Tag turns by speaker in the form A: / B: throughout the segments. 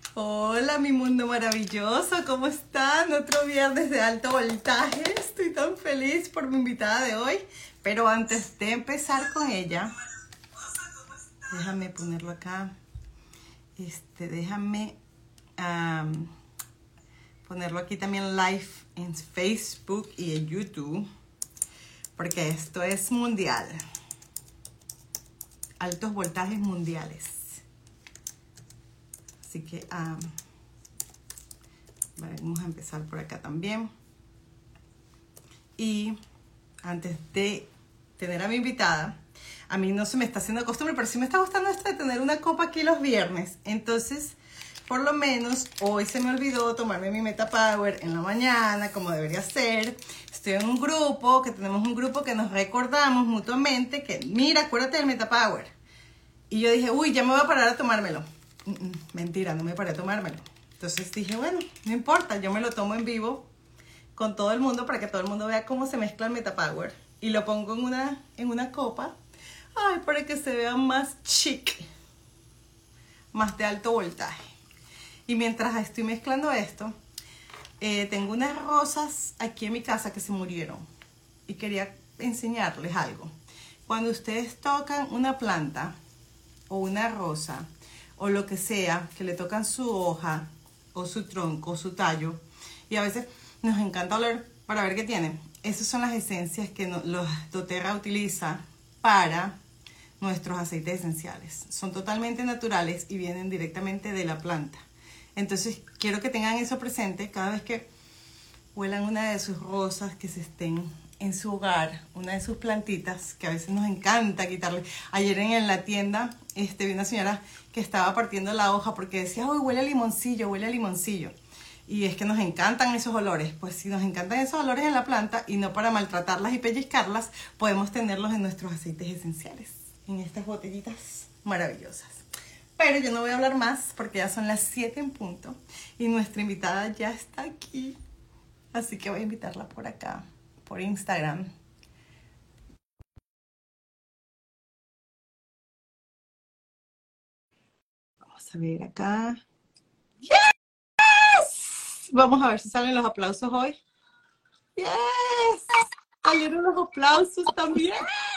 A: Hola, mi mundo maravilloso, ¿cómo están? Otro viernes de alto voltaje. Estoy tan feliz por mi invitada de hoy. Pero antes de empezar con ella, déjame ponerlo acá. Déjame ponerlo aquí también live en Facebook y en YouTube, porque esto es mundial. Altos voltajes mundiales. Así que vamos a empezar por acá también. Y antes de tener a mi invitada, a mí no se me está haciendo costumbre, pero sí me está gustando esto de tener una copa aquí los viernes. Entonces, por lo menos hoy se me olvidó tomarme mi Meta Power en la mañana, como debería ser. Estoy en un grupo, tenemos un grupo que nos recordamos mutuamente que, mira, acuérdate del Meta Power. Y yo dije, uy, ya me voy a parar a tomármelo. Mentira, no me paré a tomármelo. Entonces dije, bueno, no importa, yo me lo tomo en vivo con todo el mundo para que todo el mundo vea cómo se mezcla el Meta Power. Y lo pongo en una copa, ay, para que se vea más chic, más de alto voltaje. Y mientras estoy mezclando esto, tengo unas rosas aquí en mi casa que se murieron. Y quería enseñarles algo. Cuando ustedes tocan una planta o una rosa o lo que sea, que le tocan su hoja o su tronco o su tallo, y a veces nos encanta oler para ver qué tiene. Esas son las esencias que los doTERRA utiliza para nuestros aceites esenciales. Son totalmente naturales y vienen directamente de la planta. Entonces quiero que tengan eso presente cada vez que huelan una de sus rosas que se estén en su hogar, una de sus plantitas, que a veces nos encanta quitarle. Ayer en la tienda vi una señora que estaba partiendo la hoja porque decía, uy, huele a limoncillo, huele a limoncillo. Y es que nos encantan esos olores. Pues si nos encantan esos olores en la planta y no para maltratarlas y pellizcarlas, podemos tenerlos en nuestros aceites esenciales, en estas botellitas maravillosas. Pero yo no voy a hablar más porque ya son las 7 en punto y nuestra invitada ya está aquí. Así que voy a invitarla por acá, por Instagram. Vamos a ver acá. ¡Yes! Vamos a ver si salen los aplausos hoy. ¡Yes! Salieron los aplausos también.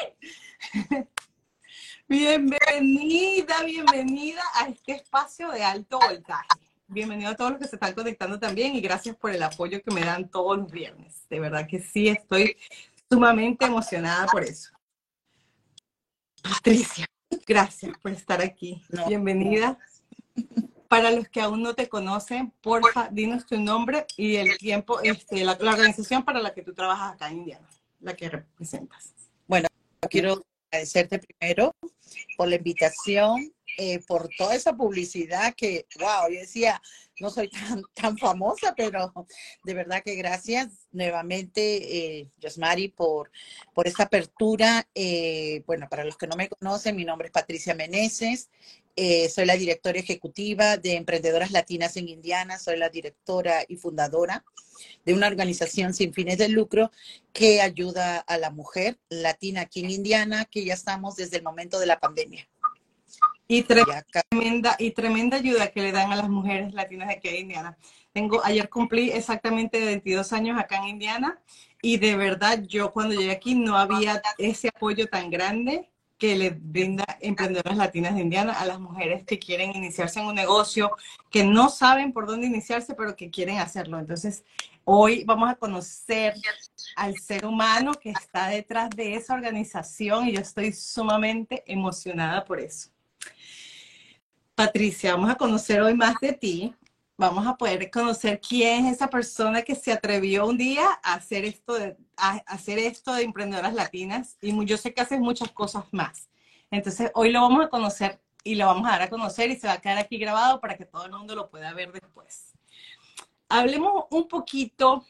A: Bienvenida, bienvenida a este espacio de alto voltaje. Bienvenido a todos los que se están conectando también y gracias por el apoyo que me dan todos los viernes. De verdad que sí, estoy sumamente emocionada por eso. Patricia, gracias por estar aquí.
B: No.
A: Bienvenida. Para los que aún no te conocen, porfa, dinos tu nombre y el tiempo, la organización para la que tú trabajas acá en Indiana, la que representas.
B: Bueno, quiero agradecerte primero por la invitación, por toda esa publicidad que, wow, yo decía, no soy tan famosa, pero de verdad que gracias nuevamente, Yosmari, por esta apertura. Bueno, para los que no me conocen, mi nombre es Patricia Meneses. Soy la directora ejecutiva de Emprendedoras Latinas en Indiana, soy la directora y fundadora de una organización sin fines de lucro que ayuda a la mujer latina aquí en Indiana, que ya estamos desde el momento de la pandemia.
A: Y tremenda ayuda que le dan a las mujeres latinas de aquí en Indiana. Ayer cumplí exactamente 22 años acá en Indiana y de verdad yo cuando llegué aquí no había ese apoyo tan grande que le brinda Emprendedoras Latinas de Indiana a las mujeres que quieren iniciarse en un negocio, que no saben por dónde iniciarse, pero que quieren hacerlo. Entonces, hoy vamos a conocer al ser humano que está detrás de esa organización y yo estoy sumamente emocionada por eso. Patricia, vamos a conocer hoy más de ti. Vamos a poder conocer quién es esa persona que se atrevió un día a hacer esto de Emprendedoras Latinas. Y yo sé que haces muchas cosas más. Entonces, hoy lo vamos a conocer y lo vamos a dar a conocer y se va a quedar aquí grabado para que todo el mundo lo pueda ver después. Hablemos un poquito,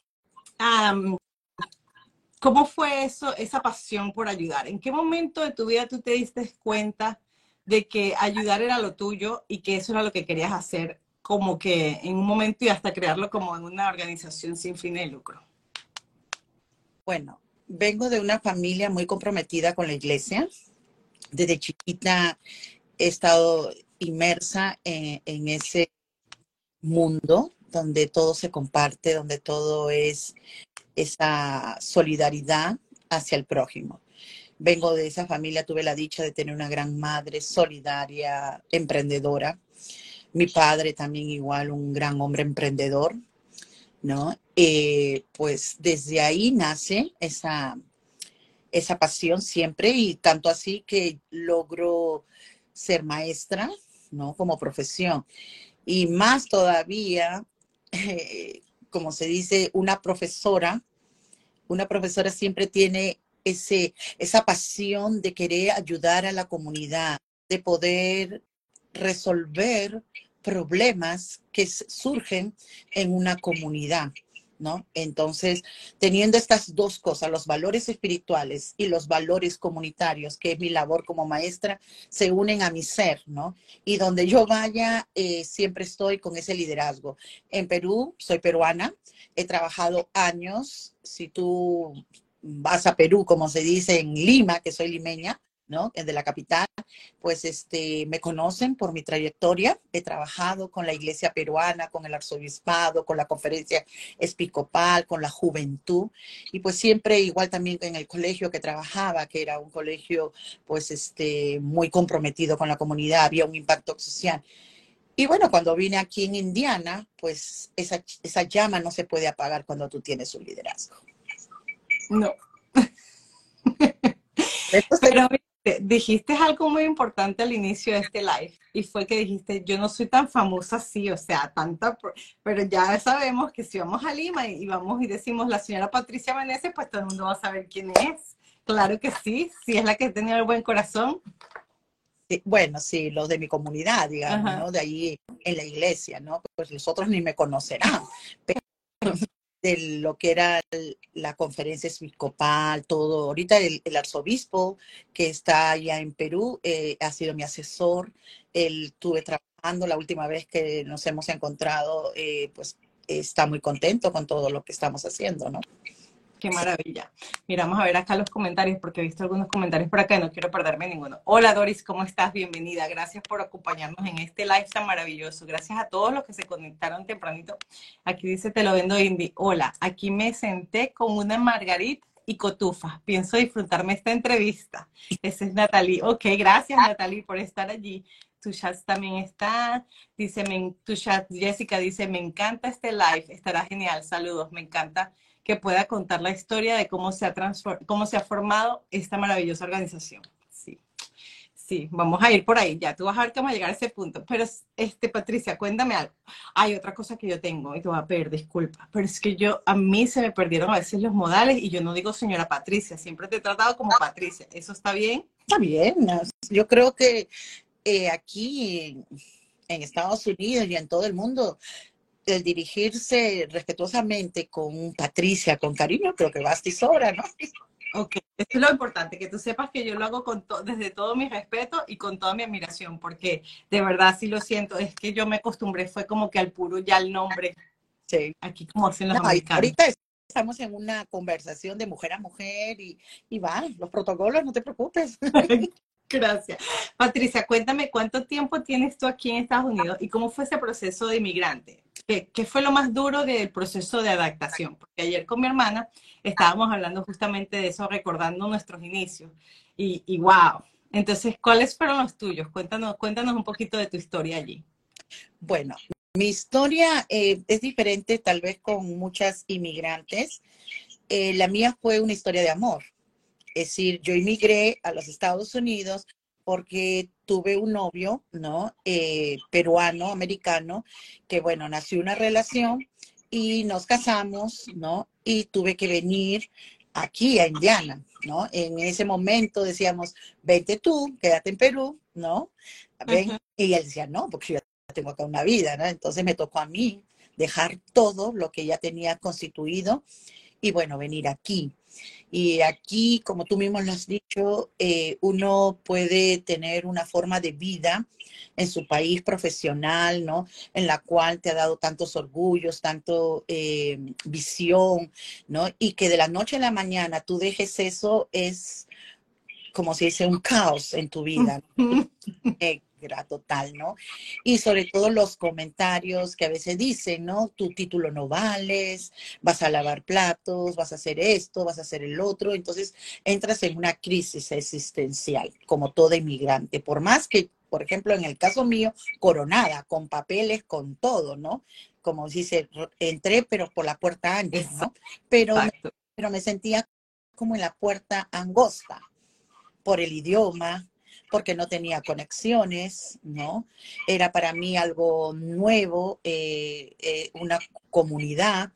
A: ¿cómo fue esa pasión por ayudar? ¿En qué momento de tu vida tú te diste cuenta de que ayudar era lo tuyo y que eso era lo que querías hacer, como que en un momento y hasta crearlo como en una organización sin fines de lucro?
B: Bueno, vengo de una familia muy comprometida con la iglesia. Desde chiquita he estado inmersa en ese mundo donde todo se comparte, donde todo es esa solidaridad hacia el prójimo. Vengo de esa familia, tuve la dicha de tener una gran madre solidaria, emprendedora. Mi padre también igual, un gran hombre emprendedor, ¿no? Pues desde ahí nace esa pasión siempre y tanto así que logro ser maestra, ¿no? Como profesión. Y más todavía, como se dice, una profesora siempre tiene esa pasión de querer ayudar a la comunidad, de poder resolver problemas que surgen en una comunidad, ¿no? Entonces, teniendo estas dos cosas, los valores espirituales y los valores comunitarios, que es mi labor como maestra, se unen a mi ser, ¿no? Y donde yo vaya, siempre estoy con ese liderazgo. En Perú, soy peruana, he trabajado años. Si tú vas a Perú, como se dice en Lima, que soy limeña, ¿no? De la capital, pues me conocen por mi trayectoria. He trabajado con la iglesia peruana, con el arzobispado, con la conferencia episcopal, con la juventud, y pues siempre igual también en el colegio que trabajaba, que era un colegio pues muy comprometido con la comunidad, había un impacto social. Y bueno, cuando vine aquí en Indiana, pues esa llama no se puede apagar cuando tú tienes un liderazgo.
A: No.
B: Entonces,
A: Pero dijiste algo muy importante al inicio de este live y fue que dijiste, yo no soy tan famosa así, o sea, pero ya sabemos que si vamos a Lima y vamos y decimos la señora Patricia Meneses, pues todo el mundo va a saber quién es. Claro que sí, sí es la que tenía el buen corazón.
B: bueno, sí, los de mi comunidad, digamos,
A: Ajá.
B: ¿no? De ahí en la iglesia, ¿no? Pues los otros ni me conocerán. Pero de lo que era la conferencia episcopal, todo. Ahorita el arzobispo que está allá en Perú ha sido mi asesor. Él estuve trabajando la última vez que nos hemos encontrado, pues está muy contento con todo lo que estamos haciendo, ¿no?
A: Qué maravilla. Mira, vamos a ver acá los comentarios porque he visto algunos comentarios por acá y no quiero perderme ninguno. Hola Doris, ¿cómo estás? Bienvenida. Gracias por acompañarnos en este live tan maravilloso. Gracias a todos los que se conectaron tempranito. Aquí dice Te lo vendo Indy. Hola, aquí me senté con una margarita y cotufas. Pienso disfrutarme esta entrevista. Esa es Natalie. Ok, gracias Natalie por estar allí. Tu chat también está. Dice, tu chat Jessica dice, me encanta este live. Estará genial. Saludos, me encanta que pueda contar la historia de cómo cómo se ha formado esta maravillosa organización. Sí, sí, vamos a ir por ahí. Ya tú vas a ver que vamos a llegar a ese punto. Pero, Patricia, cuéntame algo. Hay otra cosa que yo tengo y te voy a pedir disculpas, pero es que a mí se me perdieron a veces los modales y yo no digo señora Patricia, siempre te he tratado como Patricia. ¿Eso está bien?
B: Está bien, ¿no? Yo creo que aquí en Estados Unidos y en todo el mundo, el dirigirse respetuosamente con Patricia, con cariño, creo que basta y sobra, ¿no?
A: Ok, eso es lo importante, que tú sepas que yo lo hago desde todo mi respeto y con toda mi admiración, porque de verdad sí lo siento, es que yo me acostumbré, fue como que al puro ya el nombre,
B: Sí.
A: aquí como hacen los
B: No,
A: americanos.
B: ahorita estamos en una conversación de mujer a mujer y van los protocolos, no te preocupes.
A: Gracias. Patricia, cuéntame cuánto tiempo tienes tú aquí en Estados Unidos y cómo fue ese proceso de inmigrante. ¿Qué fue lo más duro del proceso de adaptación? Porque ayer con mi hermana estábamos hablando justamente de eso, recordando nuestros inicios. Y wow. Entonces, ¿cuáles fueron los tuyos? Cuéntanos un poquito de tu historia allí.
B: Bueno, mi historia es diferente tal vez con muchas inmigrantes. La mía fue una historia de amor. Es decir, yo inmigré a los Estados Unidos porque tuve un novio, ¿no? Peruano, americano, que bueno, nació una relación y nos casamos, ¿no? Y tuve que venir aquí a Indiana, ¿no? En ese momento decíamos, vente tú, quédate en Perú, ¿no? Ven.
A: Ajá.
B: Y él decía, no, porque yo ya tengo acá una vida, ¿no? Entonces me tocó a mí dejar todo lo que ya tenía constituido y bueno, venir aquí. Y aquí, como tú mismo lo has dicho, uno puede tener una forma de vida en su país profesional, ¿no? En la cual te ha dado tantos orgullos, tanto visión, ¿no? Y que de la noche a la mañana tú dejes eso es, como se dice, un caos en tu vida. negra total, ¿no? Y sobre todo los comentarios que a veces dicen, ¿no? Tu título no vales, vas a lavar platos, vas a hacer esto, vas a hacer el otro. Entonces entras en una crisis existencial, como toda inmigrante. Por más que, por ejemplo, en el caso mío, coronada, con papeles, con todo, ¿no? Como dice, entré, pero por la puerta ancha, ¿no? Pero
A: Exacto.
B: pero me sentía como en la puerta angosta por el idioma, porque no tenía conexiones, ¿no? Era para mí algo nuevo, una comunidad.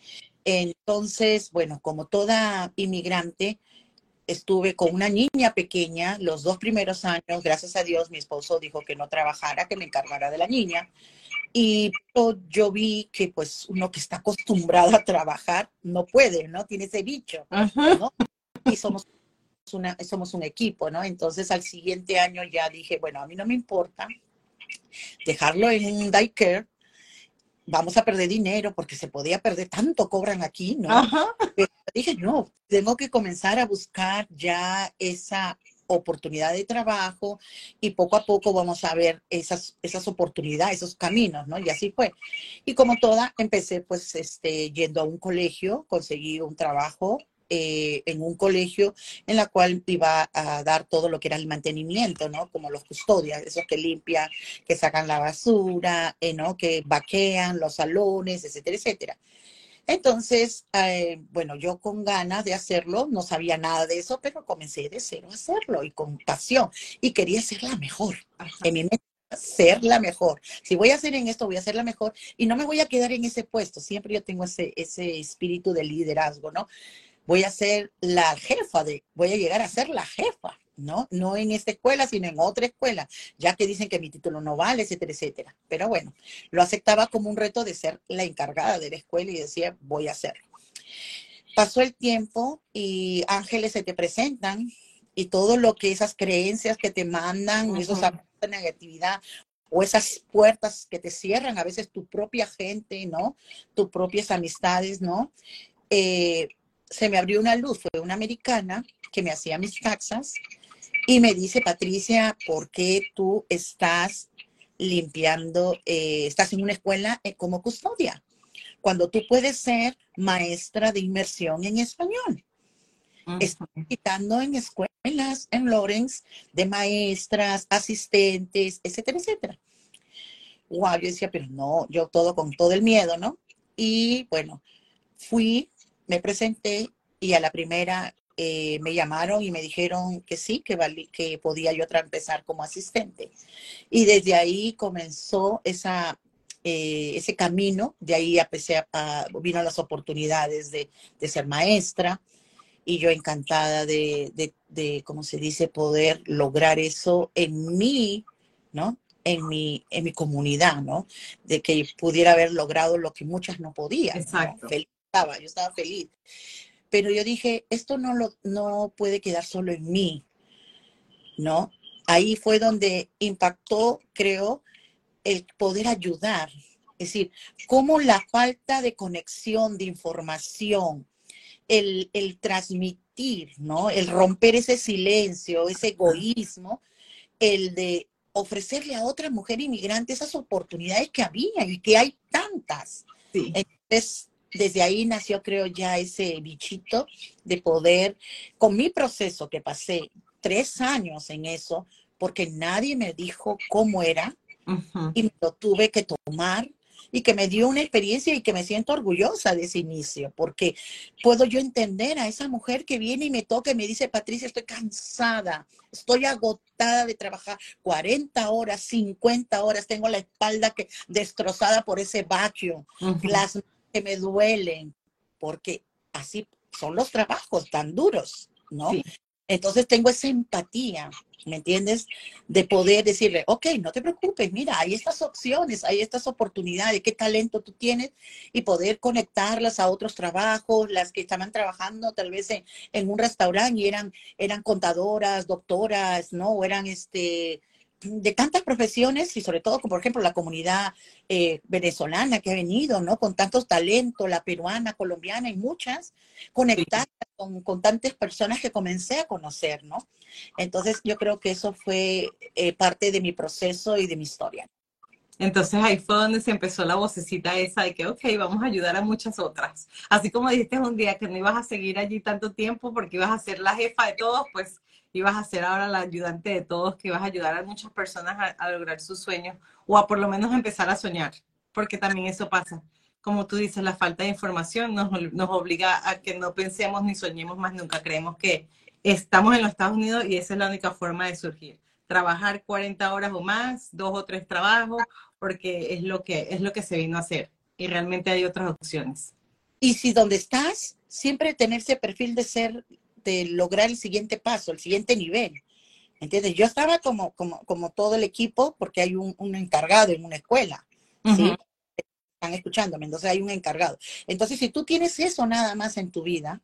B: Entonces, bueno, como toda inmigrante, estuve con una niña pequeña los 2 primeros años. Gracias a Dios, mi esposo dijo que no trabajara, que me encargara de la niña. Y yo vi que pues uno que está acostumbrado a trabajar no puede, ¿no? Tiene ese bicho,
A: Ajá.
B: ¿no? Y somos un equipo, ¿no? Entonces al siguiente año ya dije, bueno, a mí no me importa dejarlo en un daycare, vamos a perder dinero porque se podía perder, tanto cobran aquí, ¿no?
A: Ajá.
B: Pero dije, no, tengo que comenzar a buscar ya esa oportunidad de trabajo y poco a poco vamos a ver esas oportunidades, esos caminos, ¿no? Y así fue. Y como toda, empecé pues yendo a un colegio, conseguí un trabajo en un colegio en la cual iba a dar todo lo que era el mantenimiento, ¿no? Como los custodias, esos que limpian, que sacan la basura, ¿no? Que vaquean los salones, etcétera, etcétera. Entonces, bueno, yo con ganas de hacerlo, no sabía nada de eso, pero comencé de cero a hacerlo y con pasión. Y quería ser la mejor.
A: Ajá.
B: En mi mente, ser la mejor. Si voy a hacer en esto, voy a ser la mejor y no me voy a quedar en ese puesto. Siempre yo tengo ese espíritu de liderazgo, ¿no? Voy a ser la jefa voy a llegar a ser la jefa, ¿no? No en esta escuela, sino en otra escuela, ya que dicen que mi título no vale, etcétera, etcétera. Pero bueno, lo aceptaba como un reto de ser la encargada de la escuela y decía, voy a hacerlo. Pasó el tiempo y ángeles se te presentan y todo lo que esas creencias que te mandan, esos
A: Ajá.
B: actos de negatividad o esas puertas que te cierran, a veces tu propia gente, ¿no? Tus propias amistades, ¿no? Eh, Se me abrió una luz, fue una americana que me hacía mis taxas y me dice, Patricia, ¿por qué tú estás limpiando, estás en una escuela como custodia, cuando tú puedes ser maestra de inmersión en español? Estoy
A: Ajá.
B: quitando en escuelas, en Lawrence, de maestras, asistentes, etcétera, etcétera. Wow, yo decía, pero no, yo todo con todo el miedo, ¿no? Y bueno, fui, me presenté y a la primera me llamaron y me dijeron que sí, que podía yo empezar como asistente. Y desde ahí comenzó ese camino, de ahí vino las oportunidades de ser maestra y yo encantada ¿cómo se dice?, poder lograr eso en mí, ¿no? En mi comunidad, ¿no? De que pudiera haber logrado lo que muchas no podían, ¿no?
A: Exacto.
B: Feliz estaba, yo estaba feliz. Pero yo dije, esto no puede quedar solo en mí, ¿no? Ahí fue donde impactó, creo, el poder ayudar. Es decir, cómo la falta de conexión, de información, el transmitir, ¿no? El romper ese silencio, ese
A: Ajá.
B: egoísmo, el de ofrecerle a otra mujer inmigrante esas oportunidades que había y que hay tantas.
A: Sí.
B: Entonces, desde ahí nació, creo, ya ese bichito de poder, con mi proceso que pasé 3 años en eso, porque nadie me dijo cómo era,
A: Ajá.
B: y me lo tuve que tomar y que me dio una experiencia y que me siento orgullosa de ese inicio, porque puedo yo entender a esa mujer que viene y me toca y me dice, Patricia, estoy cansada, estoy agotada de trabajar 40 horas, 50 horas, tengo la espalda destrozada por ese vacuum,
A: Ajá.
B: las que me duelen, porque así son los trabajos tan duros, ¿no?
A: Sí.
B: Entonces tengo esa empatía, ¿me entiendes? De poder decirle, ok, no te preocupes, mira, hay estas opciones, hay estas oportunidades, qué talento tú tienes y poder conectarlas a otros trabajos, las que estaban trabajando tal vez en un restaurante y eran contadoras, doctoras, ¿no? O eran de tantas profesiones y sobre todo, como por ejemplo, la comunidad venezolana que ha venido, ¿no? Con tantos talentos, la peruana, colombiana y muchas,
A: Sí.
B: conectadas con tantas personas que comencé a conocer, ¿no? Entonces, yo creo que eso fue parte de mi proceso y de mi historia.
A: Entonces ahí fue donde se empezó la vocecita esa de que, ok, vamos a ayudar a muchas otras. Así como dijiste un día que no ibas a seguir allí tanto tiempo porque ibas a ser la jefa de todos, pues ibas a ser ahora la ayudante de todos, que ibas a ayudar a muchas personas a lograr sus sueños o a por lo menos empezar a soñar, porque también eso pasa. Como tú dices, la falta de información nos obliga a que no pensemos ni soñemos más nunca. Creemos que estamos en los Estados Unidos y esa es la única forma de surgir. Trabajar 40 horas o más, 2 o 3 trabajos, porque es lo que se vino a hacer. Y realmente hay otras opciones.
B: Y si donde estás, siempre tener ese perfil de ser, de lograr el siguiente paso, el siguiente nivel. ¿Entiendes? Yo estaba como todo el equipo, porque hay un encargado en una escuela,
A: Ujú.
B: ¿sí? Están escuchándome, entonces hay un encargado. Entonces, si tú tienes eso nada más en tu vida,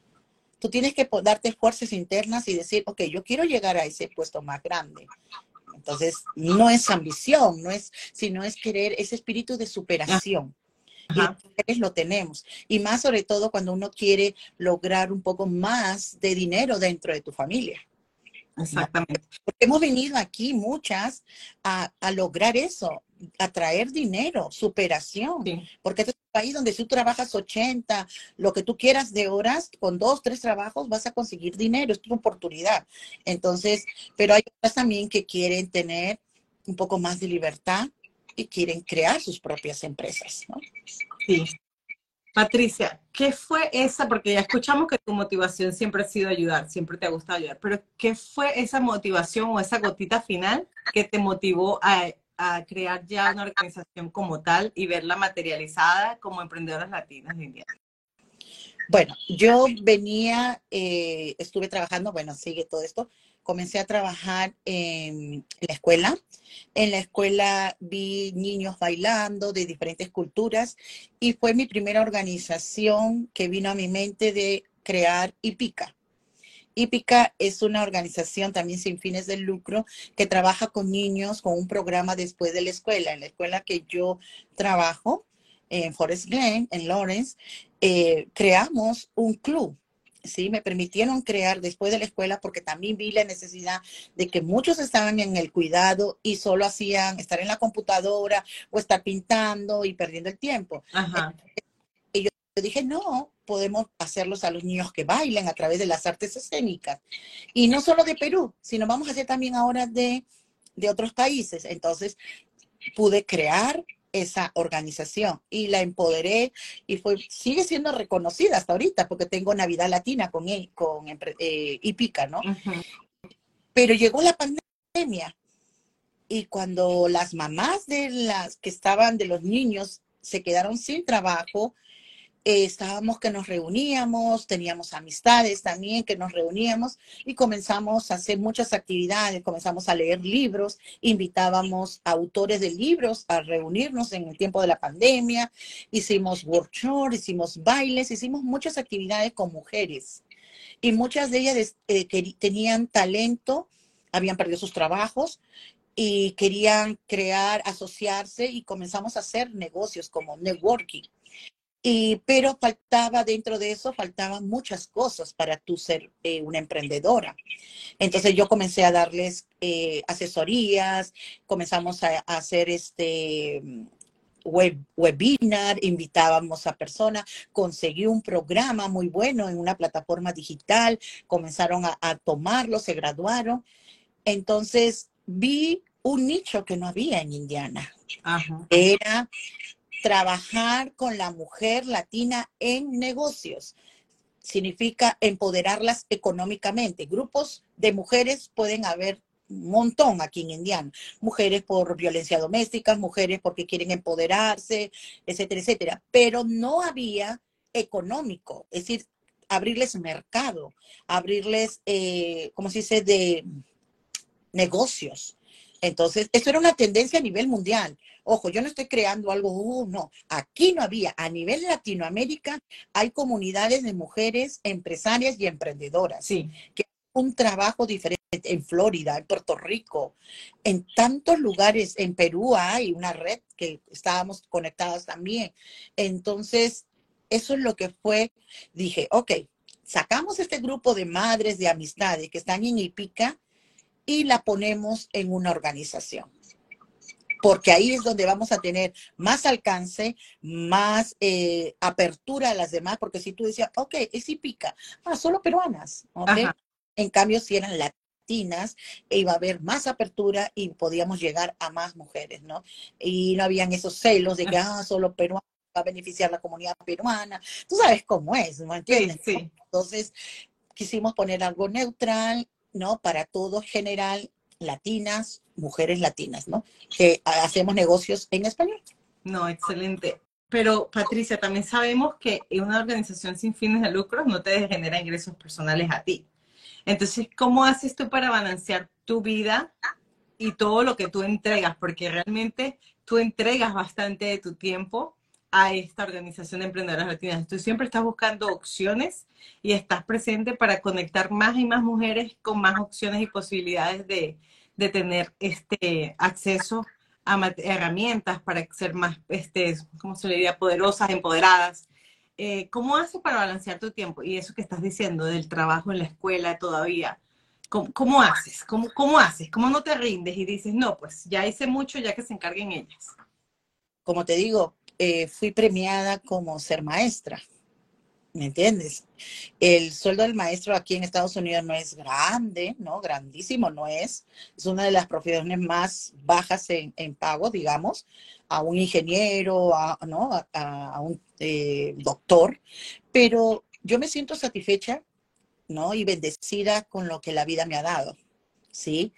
B: tú tienes que darte fuerzas internas y decir, ok, yo quiero llegar a ese puesto más grande. Entonces, no es ambición, no es, sino es querer ese espíritu de superación. Y las
A: Ajá,
B: mujeres lo tenemos. Y más sobre todo cuando uno quiere lograr un poco más de dinero dentro de tu familia, ¿no?
A: exactamente.
B: Porque hemos venido aquí muchas a lograr eso, a traer dinero, superación.
A: Sí,
B: Porque este es un país donde si tú trabajas 80, lo que tú quieras de horas, con 2, 3 trabajos vas a conseguir dinero, es tu oportunidad. Entonces, pero hay otras también que quieren tener un poco más de libertad y quieren crear sus propias empresas, ¿no?
A: sí. Patricia, ¿qué fue esa? Porque ya escuchamos que tu motivación siempre ha sido ayudar, siempre te ha gustado ayudar, pero ¿qué fue esa motivación o esa gotita final que te motivó a crear ya una organización como tal y verla materializada como emprendedoras latinas de Indiana?
B: Bueno, yo venía, estuve trabajando, bueno, sigue todo esto. Comencé a trabajar en la escuela. En la escuela vi niños bailando de diferentes culturas y fue mi primera organización que vino a mi mente de crear IPICA. IPICA es una organización también sin fines de lucro que trabaja con niños con un programa después de la escuela. En la escuela que yo trabajo, en Forest Glen, en Lawrence, creamos un club. Sí, me permitieron crear después de la escuela porque también vi la necesidad de que muchos estaban en el cuidado y solo hacían estar en la computadora o estar pintando y perdiendo el tiempo.
A: Ajá,
B: Y yo dije, no, podemos hacerlos a los niños que bailen a través de las artes escénicas. Y no solo de Perú, sino vamos a hacer también ahora de otros países. Entonces pude crear esa organización y la empoderé y sigue siendo reconocida hasta ahorita porque tengo Navidad Latina con IPICA, ¿no?
A: ujú.
B: Pero llegó la pandemia y cuando las mamás de las que estaban de los niños se quedaron sin trabajo, estábamos que nos reuníamos, teníamos amistades también que nos reuníamos y comenzamos a hacer muchas actividades, comenzamos a leer libros, invitábamos a autores de libros a reunirnos en el tiempo de la pandemia, hicimos workshops, hicimos bailes, hicimos muchas actividades con mujeres y muchas de ellas que tenían talento, habían perdido sus trabajos y querían crear, asociarse y comenzamos a hacer negocios como networking. Pero faltaba dentro de eso, faltaban muchas cosas para tú ser una emprendedora. Entonces yo comencé a darles asesorías, comenzamos a hacer webinar, invitábamos a personas, conseguí un programa muy bueno en una plataforma digital, comenzaron a tomarlo, se graduaron. Entonces vi un nicho que no había en Indiana.
A: Ajá.
B: Era trabajar con la mujer latina en negocios. Significa empoderarlas económicamente. Grupos de mujeres pueden haber un montón aquí en Indiana. Mujeres por violencia doméstica, mujeres porque quieren empoderarse, etcétera, etcétera. Pero no había económico, es decir, abrirles mercado, abrirles, ¿cómo se dice?, de negocios. Entonces, eso era una tendencia a nivel mundial. Ojo, yo no estoy creando algo, no, aquí no había. A nivel Latinoamérica hay comunidades de mujeres empresarias y emprendedoras
A: Sí,
B: que un trabajo diferente en Florida, en Puerto Rico, en tantos lugares. En Perú hay una red que estábamos conectadas también. Entonces, eso es lo que fue. Dije, ok, sacamos este grupo de madres de amistades que están en Ipica y la ponemos en una organización, porque ahí es donde vamos a tener más alcance, más apertura a las demás, porque si tú decías, ok, es Ipica, solo peruanas, ok.
A: Ajá.
B: En cambio, si eran latinas, iba a haber más apertura y podíamos llegar a más mujeres, ¿no? Y no habían esos celos de que, solo peruanos, va a beneficiar la comunidad peruana. Tú sabes cómo es, ¿no
A: Sí,
B: entiendes?
A: sí.
B: Entonces, quisimos poner algo neutral, ¿no? Para todo general, latinas, mujeres latinas, ¿no? Que hacemos negocios en español.
A: No, excelente. Pero Patricia, también sabemos que una organización sin fines de lucro no te genera ingresos personales a ti. Entonces, ¿cómo haces tú para balancear tu vida y todo lo que tú entregas? Porque realmente tú entregas bastante de tu tiempo a esta organización de emprendedoras latinas. Tú siempre estás buscando opciones y estás presente para conectar más y más mujeres con más opciones y posibilidades de tener este acceso a herramientas para ser más, ¿cómo se le diría? Poderosas, empoderadas. ¿Cómo haces para balancear tu tiempo? Y eso que estás diciendo del trabajo en la escuela todavía. ¿Cómo haces? ¿Cómo haces? ¿Cómo no te rindes y dices, no, pues ya hice mucho, ya que se encarguen ellas?
B: Como te digo, fui premiada como ser maestra, ¿me entiendes? El sueldo del maestro aquí en Estados Unidos no es grande, ¿no? Grandísimo no es. Es una de las profesiones más bajas en pago, digamos, a un ingeniero, ¿no? A un doctor. Pero yo me siento satisfecha, ¿no? Y bendecida con lo que la vida me ha dado, ¿sí?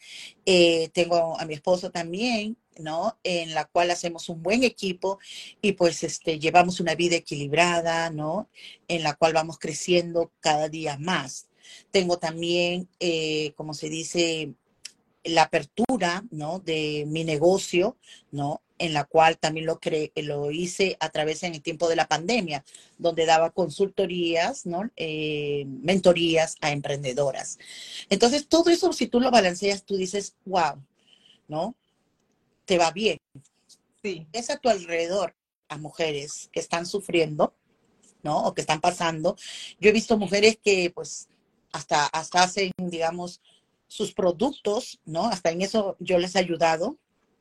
B: Tengo a mi esposo también, ¿no? En la cual hacemos un buen equipo y pues llevamos una vida equilibrada, ¿no? En la cual vamos creciendo cada día más. Tengo también, como se dice, la apertura, ¿no? De mi negocio, ¿no? En la cual también lo hice a través en el tiempo de la pandemia, donde daba consultorías, ¿no? Mentorías a emprendedoras. Entonces, todo eso, si tú lo balanceas, tú dices, wow, ¿no? Te va bien.
A: Sí,
B: Es a tu alrededor a mujeres que están sufriendo, ¿no? O que están pasando. Yo he visto mujeres que, pues, hasta hacen, digamos, sus productos, ¿no? Hasta en eso yo les he ayudado,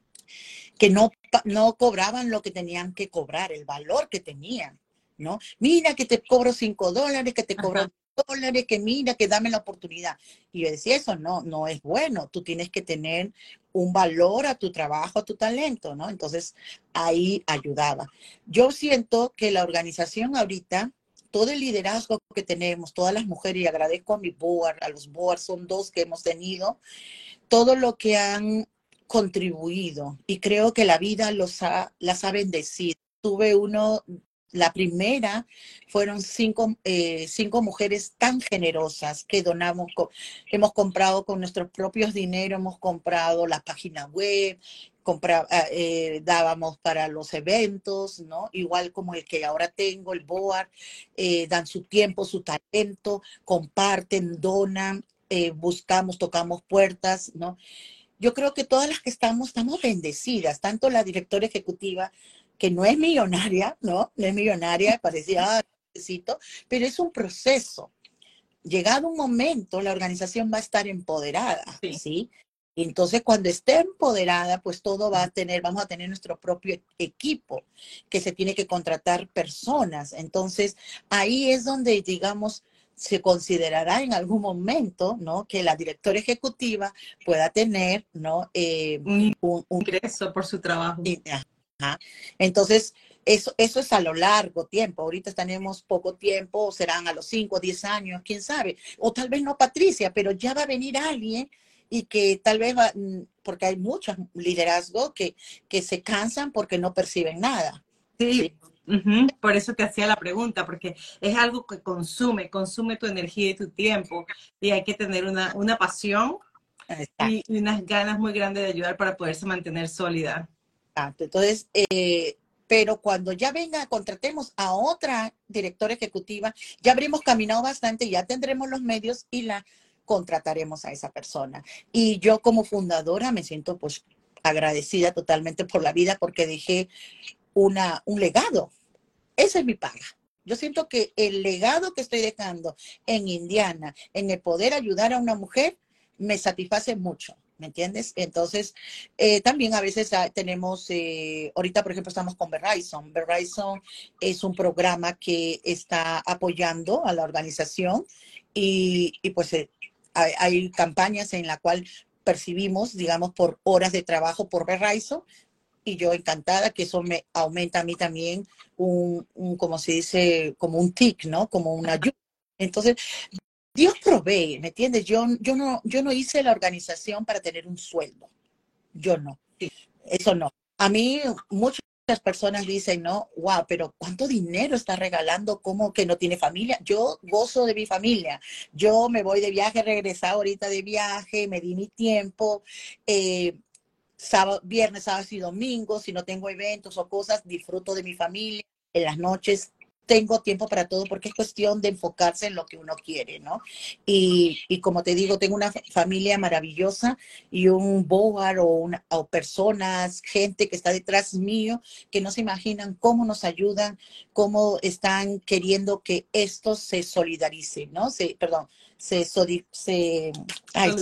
B: que no cobraban lo que tenían que cobrar, el valor que tenían, ¿no? Mira que te cobro $5, que te cobro
A: ajá,
B: $10, que mira, que dame la oportunidad. Y yo decía, eso no es bueno. Tú tienes que tener un valor a tu trabajo, a tu talento, ¿no? Entonces, ahí ayudaba. Yo siento que la organización ahorita, todo el liderazgo que tenemos, todas las mujeres, y agradezco a mi board, a los boards, son dos que hemos tenido, todo lo que han contribuido y creo que la vida las ha bendecido. Tuve uno, la primera fueron cinco mujeres tan generosas que hemos comprado con nuestros propios dinero, hemos comprado la página web, dábamos para los eventos, ¿no? Igual como el que ahora tengo, el BOAR, dan su tiempo, su talento, comparten, donan, buscamos, tocamos puertas, ¿no? Yo creo que todas las que estamos bendecidas, tanto la directora ejecutiva, que no es millonaria, ¿no? No es millonaria, parecía, necesito, pero es un proceso. Llegado un momento, la organización va a estar empoderada,
A: sí.
B: ¿sí? Y entonces, cuando esté empoderada, pues vamos a tener nuestro propio equipo, que se tiene que contratar personas. Entonces, ahí es donde, digamos, se considerará en algún momento, ¿no? Que la directora ejecutiva pueda tener, ¿no?
A: Un
B: Un
A: ingreso por su trabajo.
B: Ajá. Entonces, eso es a lo largo tiempo. Ahorita tenemos poco tiempo, o serán a los 5 o 10 años, quién sabe. O tal vez no Patricia, pero ya va a venir alguien y que tal vez porque hay muchos liderazgos que se cansan porque no perciben nada. ¿Sí?
A: Sí, por eso te hacía la pregunta, porque es algo que consume tu energía y tu tiempo, y hay que tener una pasión y unas ganas muy grandes de ayudar para poderse mantener sólida.
B: Exacto. Entonces, pero cuando ya venga, contratemos a otra directora ejecutiva, ya habremos caminado bastante, ya tendremos los medios y la contrataremos a esa persona. Y yo como fundadora me siento pues agradecida totalmente por la vida porque dejé un legado. Esa es mi paga. Yo siento que el legado que estoy dejando en Indiana, en el poder ayudar a una mujer, me satisface mucho, ¿me entiendes? Entonces, también a veces tenemos, ahorita por ejemplo estamos con Verizon. Verizon es un programa que está apoyando a la organización y pues hay campañas en la cual percibimos, digamos, por horas de trabajo por Verizon y yo encantada que eso me aumenta a mí también como se dice, como un tic, ¿no? Como una ayuda. Entonces, Dios provee, ¿me entiendes? Yo no hice la organización para tener un sueldo. Yo no. Eso no. A mí muchas personas dicen, no, wow, pero ¿cuánto dinero está regalando? ¿Cómo que no tiene familia? Yo gozo de mi familia. Yo me voy de viaje, regresado ahorita de viaje, me di mi tiempo. Sábado, viernes, sábados y domingos, si no tengo eventos o cosas, disfruto de mi familia. En las noches tengo tiempo para todo porque es cuestión de enfocarse en lo que uno quiere, ¿no? Y como te digo, tengo una familia maravillosa y un board o personas, gente que está detrás mío, que no se imaginan cómo nos ayudan, cómo están queriendo que esto se solidarice, ¿no? Perdón, ay,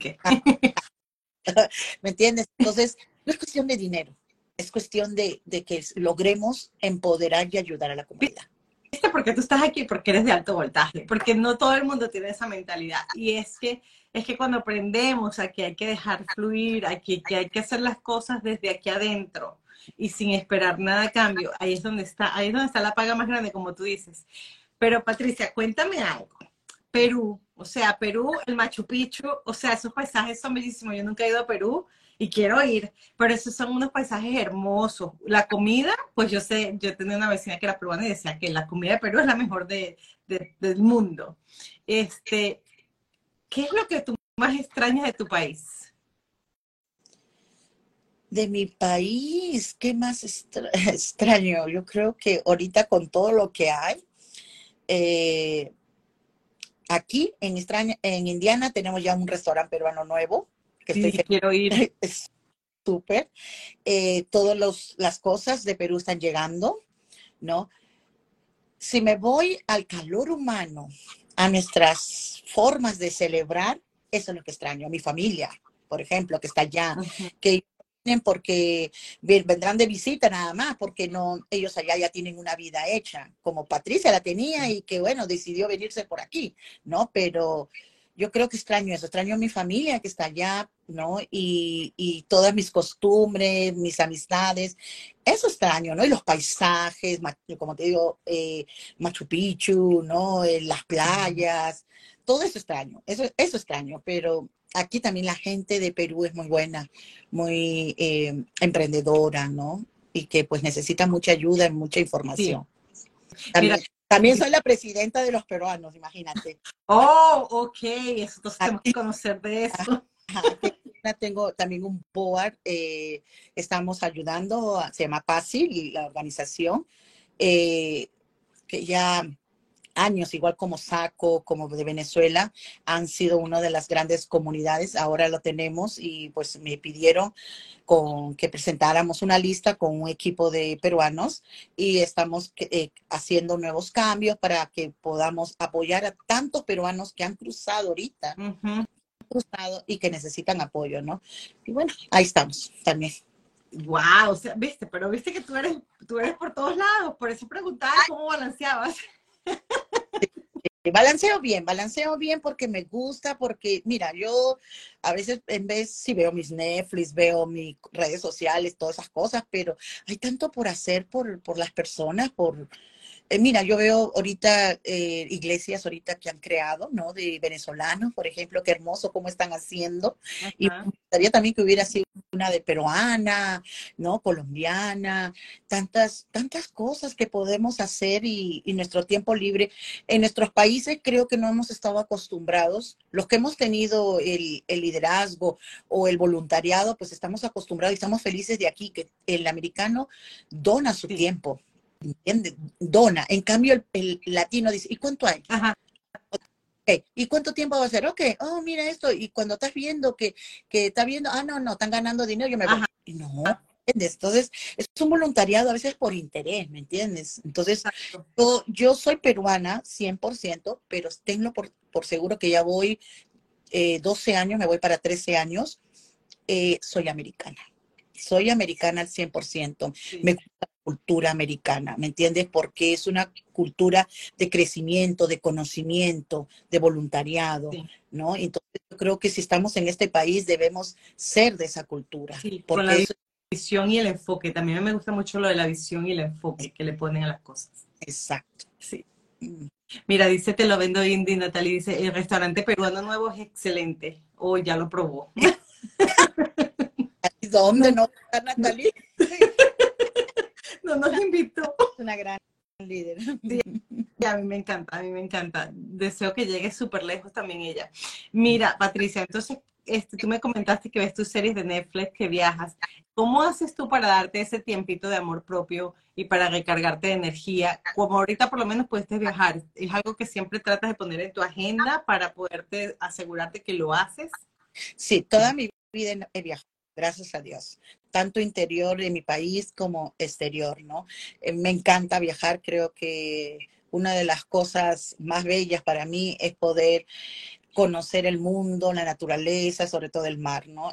B: ¿me entiendes? Entonces, no es cuestión de dinero, es cuestión de que logremos empoderar y ayudar a la comunidad.
A: Porque tú estás aquí porque eres de alto voltaje, porque no todo el mundo tiene esa mentalidad. Y es que cuando aprendemos a que hay que dejar fluir, que hay que hacer las cosas desde aquí adentro y sin esperar nada a cambio, ahí es donde está la paga más grande, como tú dices. Pero Patricia, cuéntame algo. Perú, o sea, Perú, el Machu Picchu, o sea, esos paisajes son bellísimos. Yo nunca he ido a Perú y quiero ir, pero esos son unos paisajes hermosos. La comida, pues yo sé, yo tenía una vecina que era peruana y decía que la comida de Perú es la mejor del mundo. Este, ¿qué es lo que tú más extrañas de tu país?
B: De mi país, ¿qué más extraño? Yo creo que ahorita con todo lo que hay, aquí en Indiana tenemos ya un restaurante peruano nuevo, que
A: Sí,
B: estoy feliz.
A: quiero ir.
B: Es súper. Todas las cosas de Perú están llegando, ¿no? Si me voy al calor humano, a nuestras formas de celebrar, eso es lo que extraño. A mi familia, por ejemplo, que está allá,
A: Ujú.
B: que vienen porque vendrán de visita nada más, porque no, ellos allá ya tienen una vida hecha, como Patricia la tenía y que bueno, decidió venirse por aquí, ¿no? Pero yo creo que extraño eso, extraño a mi familia que está allá, ¿no? Y todas mis costumbres, mis amistades, eso extraño, ¿no? Y los paisajes, como te digo, Machu Picchu, ¿no? Las playas, todo eso extraño, eso extraño, pero aquí también la gente de Perú es muy buena, muy emprendedora, ¿no? Y que pues necesita mucha ayuda y mucha
A: Sí,
B: información.
A: mira.
B: También soy la presidenta de los peruanos, imagínate.
A: Oh, ok, eso entonces tenemos que
B: Aquí,
A: conocer de eso.
B: tengo también un board, estamos ayudando, se llama PASI, la organización, eh, que ya años, igual como Saco, como de Venezuela, han sido una de las grandes comunidades. Ahora lo tenemos y pues me pidieron que presentáramos una lista con un equipo de peruanos y estamos haciendo nuevos cambios para que podamos apoyar a tantos peruanos que han cruzado ahorita,
A: Ujú.
B: cruzado y que necesitan apoyo, ¿no? Y bueno, ahí estamos también.
A: Wow, o sea, viste, pero viste que tú eres por todos lados, por eso preguntaba cómo balanceabas.
B: Balanceo bien porque me gusta, porque mira, yo a veces en vez si veo mis Netflix, veo mis redes sociales, todas esas cosas, pero hay tanto por hacer por las personas, mira, yo veo ahorita iglesias ahorita que han creado, ¿no? De venezolanos, por ejemplo, qué hermoso cómo están haciendo. Y
A: Ajá.
B: me gustaría también que hubiera sido una de peruana, ¿no? Colombiana, tantas cosas que podemos hacer y nuestro tiempo libre. En nuestros países creo que no hemos estado acostumbrados. Los que hemos tenido el liderazgo o el voluntariado, pues estamos acostumbrados y estamos felices de aquí, que el americano dona su
A: Sí.
B: tiempo. ¿Entiendes? Dona. En cambio, el latino dice, ¿y cuánto hay?
A: Ajá.
B: ¿Y cuánto tiempo va a ser? Ok, oh, mira esto. Y cuando estás viendo que está viendo, no, están ganando dinero, yo me voy.
A: Ajá,
B: Y no, ¿entiendes? Entonces, es un voluntariado a veces por interés, ¿me entiendes? Entonces,
A: exacto.
B: yo soy peruana 100%, pero tengo por seguro que ya voy 12 años, me voy para 13 años, soy americana. Soy americana al 100%. Me
A: Sí,
B: gusta la cultura americana, ¿me entiendes? Porque es una cultura de crecimiento, de conocimiento, de voluntariado,
A: sí,
B: ¿no? Entonces yo creo que si estamos en este país debemos ser de esa cultura,
A: sí, con la
B: porque eso
A: visión y el enfoque. También me gusta mucho lo de la visión y el enfoque que le ponen a las cosas.
B: es exacto.
A: Sí.
B: Mm.
A: Mira, dice, te lo vendo Indy, Natalie, dice, el restaurante peruano nuevo es excelente. Oh, ya lo probó.
B: ¿Dónde
A: No,
B: no está
A: no,
B: Natalie?
A: no nos invitó.
B: Una gran líder.
A: Sí, a mí me encanta, a mí me encanta. Deseo que llegue súper lejos también ella. Mira, Patricia, entonces tú me comentaste que ves tus series de Netflix, que viajas. ¿Cómo haces tú para darte ese tiempito de amor propio y para recargarte de energía? Como ahorita por lo menos pudiste viajar, ¿es algo que siempre tratas de poner en tu agenda para poderte asegurarte que lo haces?
B: Sí, toda mi vida he viajado, gracias a Dios, tanto interior de mi país como exterior, ¿no? Me encanta viajar, creo que una de las cosas más bellas para mí es poder conocer el mundo, la naturaleza, sobre todo el mar, ¿no?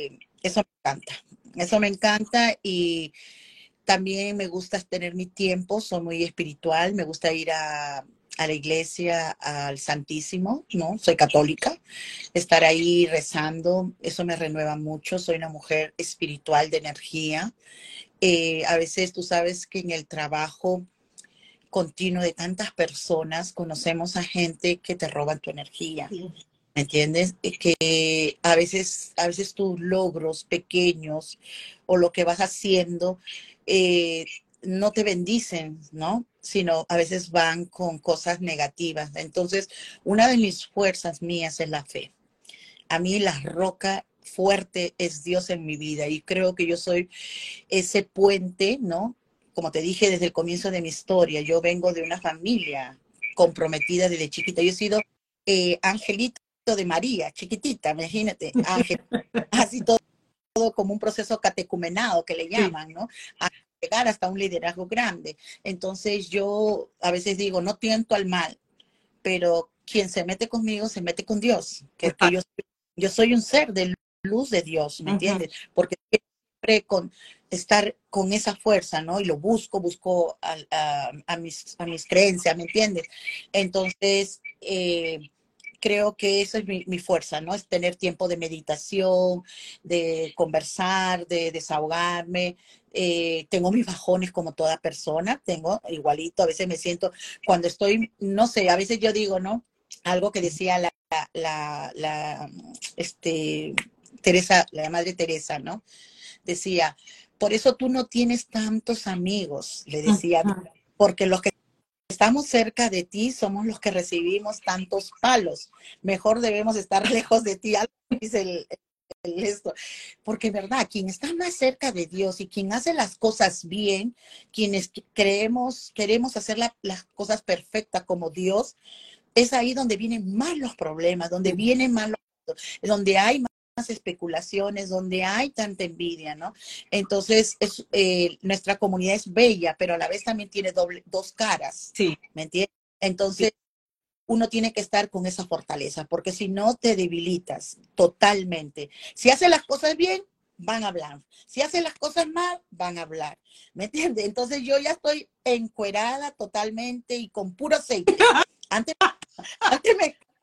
B: Eso me encanta y también me gusta tener mi tiempo, soy muy espiritual, me gusta ir a la iglesia, al Santísimo, ¿no? Soy católica, estar ahí rezando, eso me renueva mucho, soy una mujer espiritual de energía. A veces tú sabes que en el trabajo continuo de tantas personas conocemos a gente que te roban tu energía.
A: Sí.
B: ¿Me entiendes? Que a veces tus logros pequeños o lo que vas haciendo eh, no te bendicen, ¿no? Sino a veces van con cosas negativas. Entonces, una de mis fuerzas mías es la fe. A mí la roca fuerte es Dios en mi vida y creo que yo soy ese puente, ¿no? Como te dije desde el comienzo de mi historia, yo vengo de una familia comprometida desde chiquita. Yo he sido angelito de María, chiquitita, imagínate, ángel, así todo como un proceso catecumenado que le
A: Sí.
B: llaman, ¿no? A llegar hasta un liderazgo grande. Entonces yo a veces digo, no tiento al mal, pero quien se mete conmigo se mete con Dios, porque
A: Exacto.
B: yo soy un ser de luz de Dios, ¿me
A: Ujú.
B: entiendes? Porque siempre estar con esa fuerza, ¿no? Y lo busco a mis creencias, ¿me entiendes? Entonces, creo que esa es mi fuerza, ¿no? Es tener tiempo de meditación, de conversar, de desahogarme. Tengo mis bajones como toda persona, tengo igualito, a veces me siento, cuando estoy, no sé, a veces yo digo, ¿no? Algo que decía la Teresa, la madre Teresa, ¿no? Decía, por eso tú no tienes tantos amigos, le decía,
A: Ujú.
B: porque los que estamos cerca de ti somos los que recibimos tantos palos. Mejor debemos estar lejos de ti, algo dice esto. Porque, verdad, quien está más cerca de Dios y quien hace las cosas bien, quienes queremos hacer las cosas perfectas como Dios, es ahí donde vienen más los problemas, donde
A: Sí.
B: vienen más donde hay más especulaciones, donde hay tanta envidia, ¿no? Entonces, nuestra comunidad es bella, pero a la vez también tiene dos caras,
A: Sí.
B: ¿me entiendes?
A: Sí.
B: Entonces, uno tiene que estar con esa fortaleza, porque si no, te debilitas totalmente. Si haces las cosas bien, van a hablar. Si haces las cosas mal, van a hablar. ¿Me entiendes? Entonces yo ya estoy encuerada totalmente y con puro aceite. Antes antes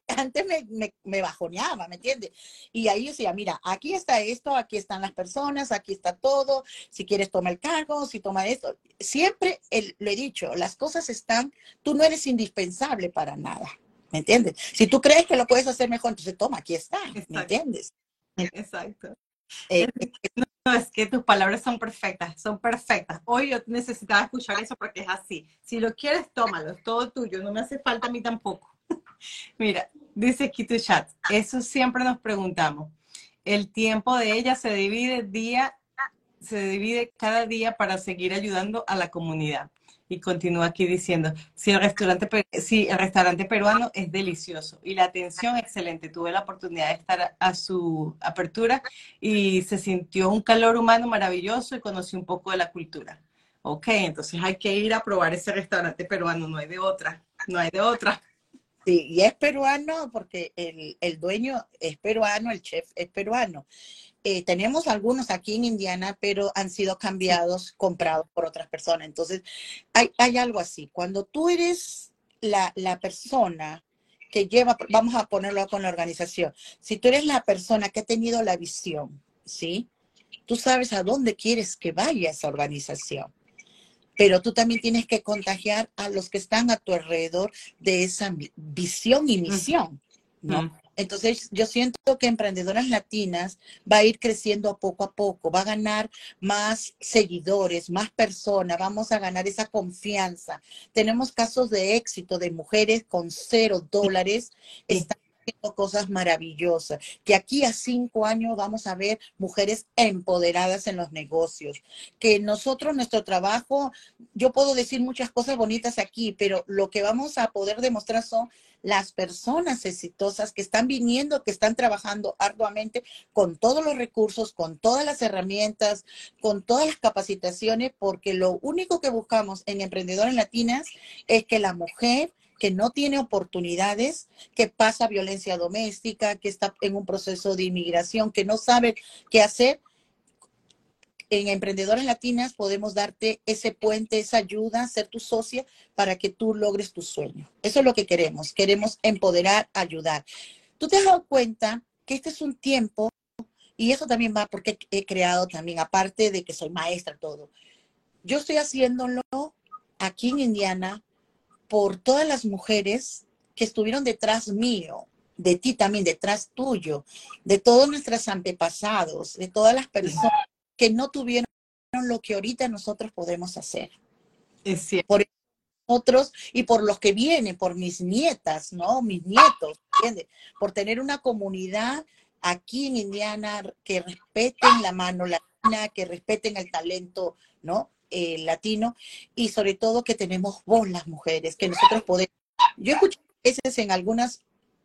B: me bajoneaba, ¿me entiendes? Y ahí decía, mira, aquí está esto, aquí están las personas, aquí está todo, si quieres toma el cargo, si toma esto. Siempre lo he dicho, las cosas están, tú no eres indispensable para nada, ¿me entiendes? Si tú crees que lo puedes hacer mejor, entonces toma, aquí está, ¿me
A: Exacto.
B: entiendes?
A: Exacto.
B: Eh,
A: No, es que tus palabras son perfectas, son perfectas. Hoy yo necesitaba escuchar eso porque es así. Si lo quieres, tómalo, es todo tuyo, no me hace falta a mí tampoco. Mira, dice aquí tu chat, eso siempre nos preguntamos. El tiempo de ella se divide día, se divide cada día para seguir ayudando a la comunidad. Y continúa aquí diciendo, si el restaurante peruano es delicioso y la atención excelente. Tuve la oportunidad de estar a su apertura y se sintió un calor humano maravilloso y conocí un poco de la cultura. Ok, entonces hay que ir a probar ese restaurante peruano, no hay de otra, no hay de otra.
B: Sí, y es peruano porque el dueño es peruano, el chef es peruano. Tenemos algunos aquí en Indiana, pero han sido
A: Sí.
B: cambiados, comprados por otras personas. Entonces, hay algo así. Cuando tú eres la persona que lleva, vamos a ponerlo con la organización, si tú eres la persona que ha tenido la visión, ¿sí? Tú sabes a dónde quieres que vaya esa organización, pero tú también tienes que contagiar a los que están a tu alrededor de esa visión y
A: Uh
B: misión, ¿no?
A: -huh.
B: Entonces, yo siento que Emprendedoras Latinas va a ir creciendo poco a poco, va a ganar más seguidores, más personas, vamos a ganar esa confianza. Tenemos casos de éxito de mujeres con $0,
A: Sí.
B: están haciendo cosas maravillosas, que aquí a 5 años vamos a ver mujeres empoderadas en los negocios, que nosotros, nuestro trabajo, yo puedo decir muchas cosas bonitas aquí, pero lo que vamos a poder demostrar son las personas exitosas que están viniendo, que están trabajando arduamente con todos los recursos, con todas las herramientas, con todas las capacitaciones, porque lo único que buscamos en Emprendedoras Latinas es que la mujer que no tiene oportunidades, que pasa violencia doméstica, que está en un proceso de inmigración, que no sabe qué hacer, en Emprendedoras Latinas podemos darte ese puente, esa ayuda, ser tu socia para que tú logres tu sueño. Eso es lo que queremos. Queremos empoderar, ayudar. ¿Tú te has dado cuenta que este es un tiempo, y eso también va porque he creado también, aparte de que soy maestra, todo? Yo estoy haciéndolo aquí en Indiana por todas las mujeres que estuvieron detrás mío, de ti también, detrás tuyo, de todos nuestros antepasados, de todas las
A: Sí.
B: personas que no tuvieron lo que ahorita nosotros podemos hacer.
A: Es cierto.
B: Por nosotros y por los que vienen, por mis nietas, ¿no? Mis nietos, ¿entiendes? Por tener una comunidad aquí en Indiana que respeten la mano latina, que respeten el talento, ¿no? Latino, y sobre todo que tenemos voz las mujeres, que nosotros podemos. Yo escuché a veces en algunos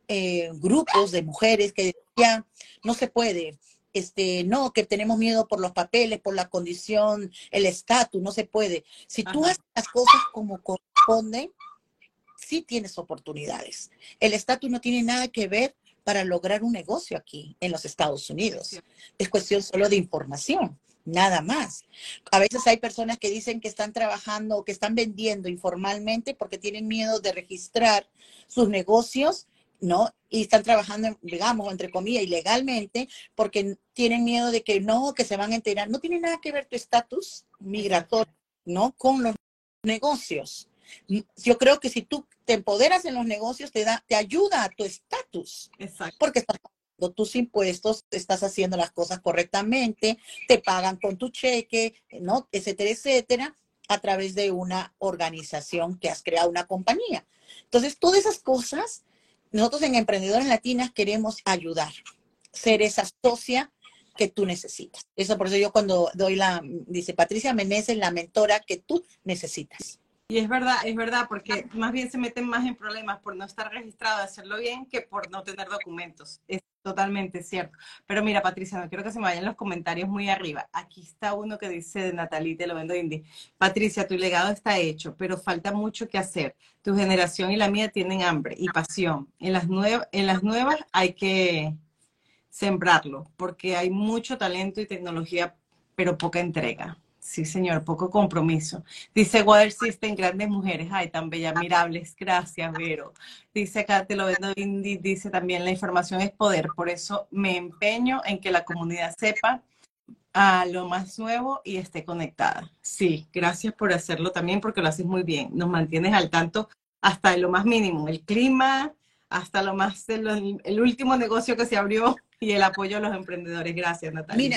B: grupos de mujeres que decían, no se puede, no, que tenemos miedo por los papeles, por la condición, el estatus, no se puede. Si tú
A: Ajá.
B: haces las cosas como corresponden, sí tienes oportunidades. El estatus no tiene nada que ver para lograr un negocio aquí en los Estados
A: Es
B: Unidos.
A: cierto.
B: Es cuestión solo de información, nada más. A veces hay personas que dicen que están trabajando o que están vendiendo informalmente porque tienen miedo de registrar sus negocios, ¿no? Y están trabajando, digamos, entre comillas, ilegalmente porque tienen miedo de que no, que se van a enterar. No tiene nada que ver tu estatus
A: Exacto.
B: migratorio, ¿no? Con los negocios. Yo creo que si tú te empoderas en los negocios, te ayuda a tu estatus,
A: Exacto.
B: porque estás pagando tus impuestos, estás haciendo las cosas correctamente, te pagan con tu cheque, ¿no? Etcétera, etcétera, a través de una organización que has creado, una compañía. Entonces, todas esas cosas, nosotros en Emprendedoras Latinas queremos ayudar, ser esa socia que tú necesitas. Eso por eso yo cuando doy dice Patricia Meneses, la mentora que tú necesitas.
A: Y es verdad, porque más bien se meten más en problemas por no estar registrado, hacerlo bien, que por no tener documentos. Es totalmente cierto. Pero mira, Patricia, no quiero que se me vayan los comentarios muy arriba. Aquí está uno que dice de Natalie, te lo vendo indie. Patricia, tu legado está hecho, pero falta mucho que hacer. Tu generación y la mía tienen hambre y pasión. En las nuevas hay que sembrarlo, porque hay mucho talento y tecnología, pero poca entrega. Sí, señor, poco compromiso. Dice Water System, grandes mujeres, ay, tan bellas, admirables. Gracias, Vero. Dice acá, te lo vendo, Indy, dice también, la información es poder, por eso me empeño en que la comunidad sepa a lo más nuevo y esté conectada. Sí, gracias por hacerlo también, porque lo haces muy bien. Nos mantienes al tanto hasta de lo más mínimo, el clima, hasta lo más, el último negocio que se abrió y el apoyo a los emprendedores. Gracias, Natalie.
B: Mira,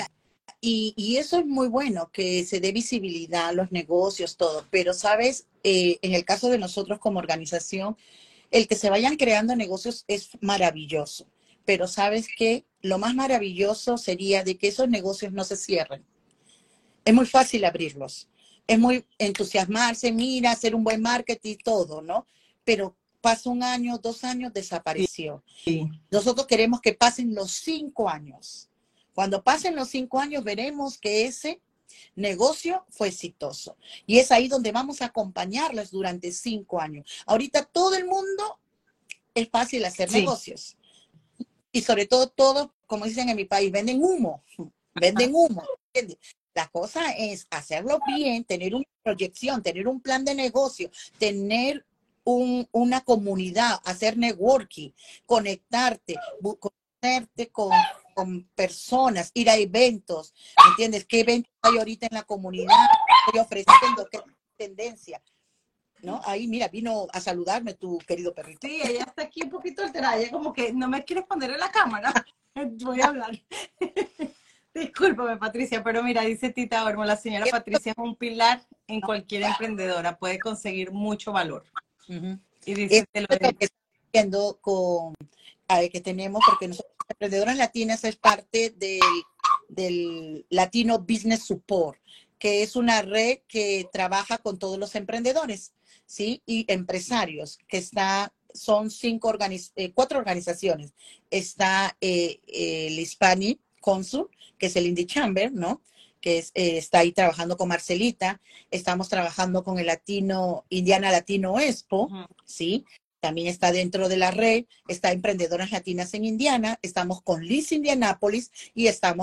B: y eso es muy bueno, que se dé visibilidad a los negocios, todo, pero sabes, en el caso de nosotros como organización, el que se vayan creando negocios es maravilloso, pero sabes que lo más maravilloso sería de que esos negocios no se cierren, es muy fácil abrirlos. Es muy entusiasmarse, mira, hacer un buen marketing y todo, ¿no? Pero pasa un año, 2 años, desapareció.
A: Sí.
B: Nosotros queremos que pasen los 5 años. Cuando pasen los 5 años, veremos que ese negocio fue exitoso. Y es ahí donde vamos a acompañarles durante 5 años. Ahorita todo el mundo es fácil hacer
A: Sí.
B: negocios. Y sobre todo, todos, como dicen en mi país, venden humo. Venden humo. ¿Entiendes? La cosa es hacerlo bien, tener una proyección, tener un plan de negocio, tener una comunidad, hacer networking, conectarte, conectarte con personas, ir a eventos, ¿me entiendes? ¿Qué eventos hay ahorita en la comunidad? Estoy ofreciendo, qué tendencia, ¿no? Ahí, mira, vino a saludarme tu querido perrito.
A: Sí, ella está aquí un poquito alterada, ella como que no me quieres poner en la cámara. Voy a hablar. Discúlpame, Patricia, pero mira, dice Tita Ormo, la señora Patricia es un pilar en cualquier emprendedora, puede conseguir mucho valor.
B: Uh-huh.
A: Y dice,
B: Eso
A: te lo
B: es lo
A: digo.
B: que estoy viendo con que tenemos, porque nosotros, Emprendedoras Latinas, es parte del Latino Business Support, que es una red que trabaja con todos los emprendedores, ¿sí? Y empresarios, que son 4 organizaciones. Está el Hispanic Consul, que es el Indie Chamber, ¿no? Que está ahí trabajando con Marcelita. Estamos trabajando con el Indiana Latino Expo, ¿sí? También está dentro de la red, está Emprendedoras Latinas en Indiana, estamos con Liz Indianapolis y estamos...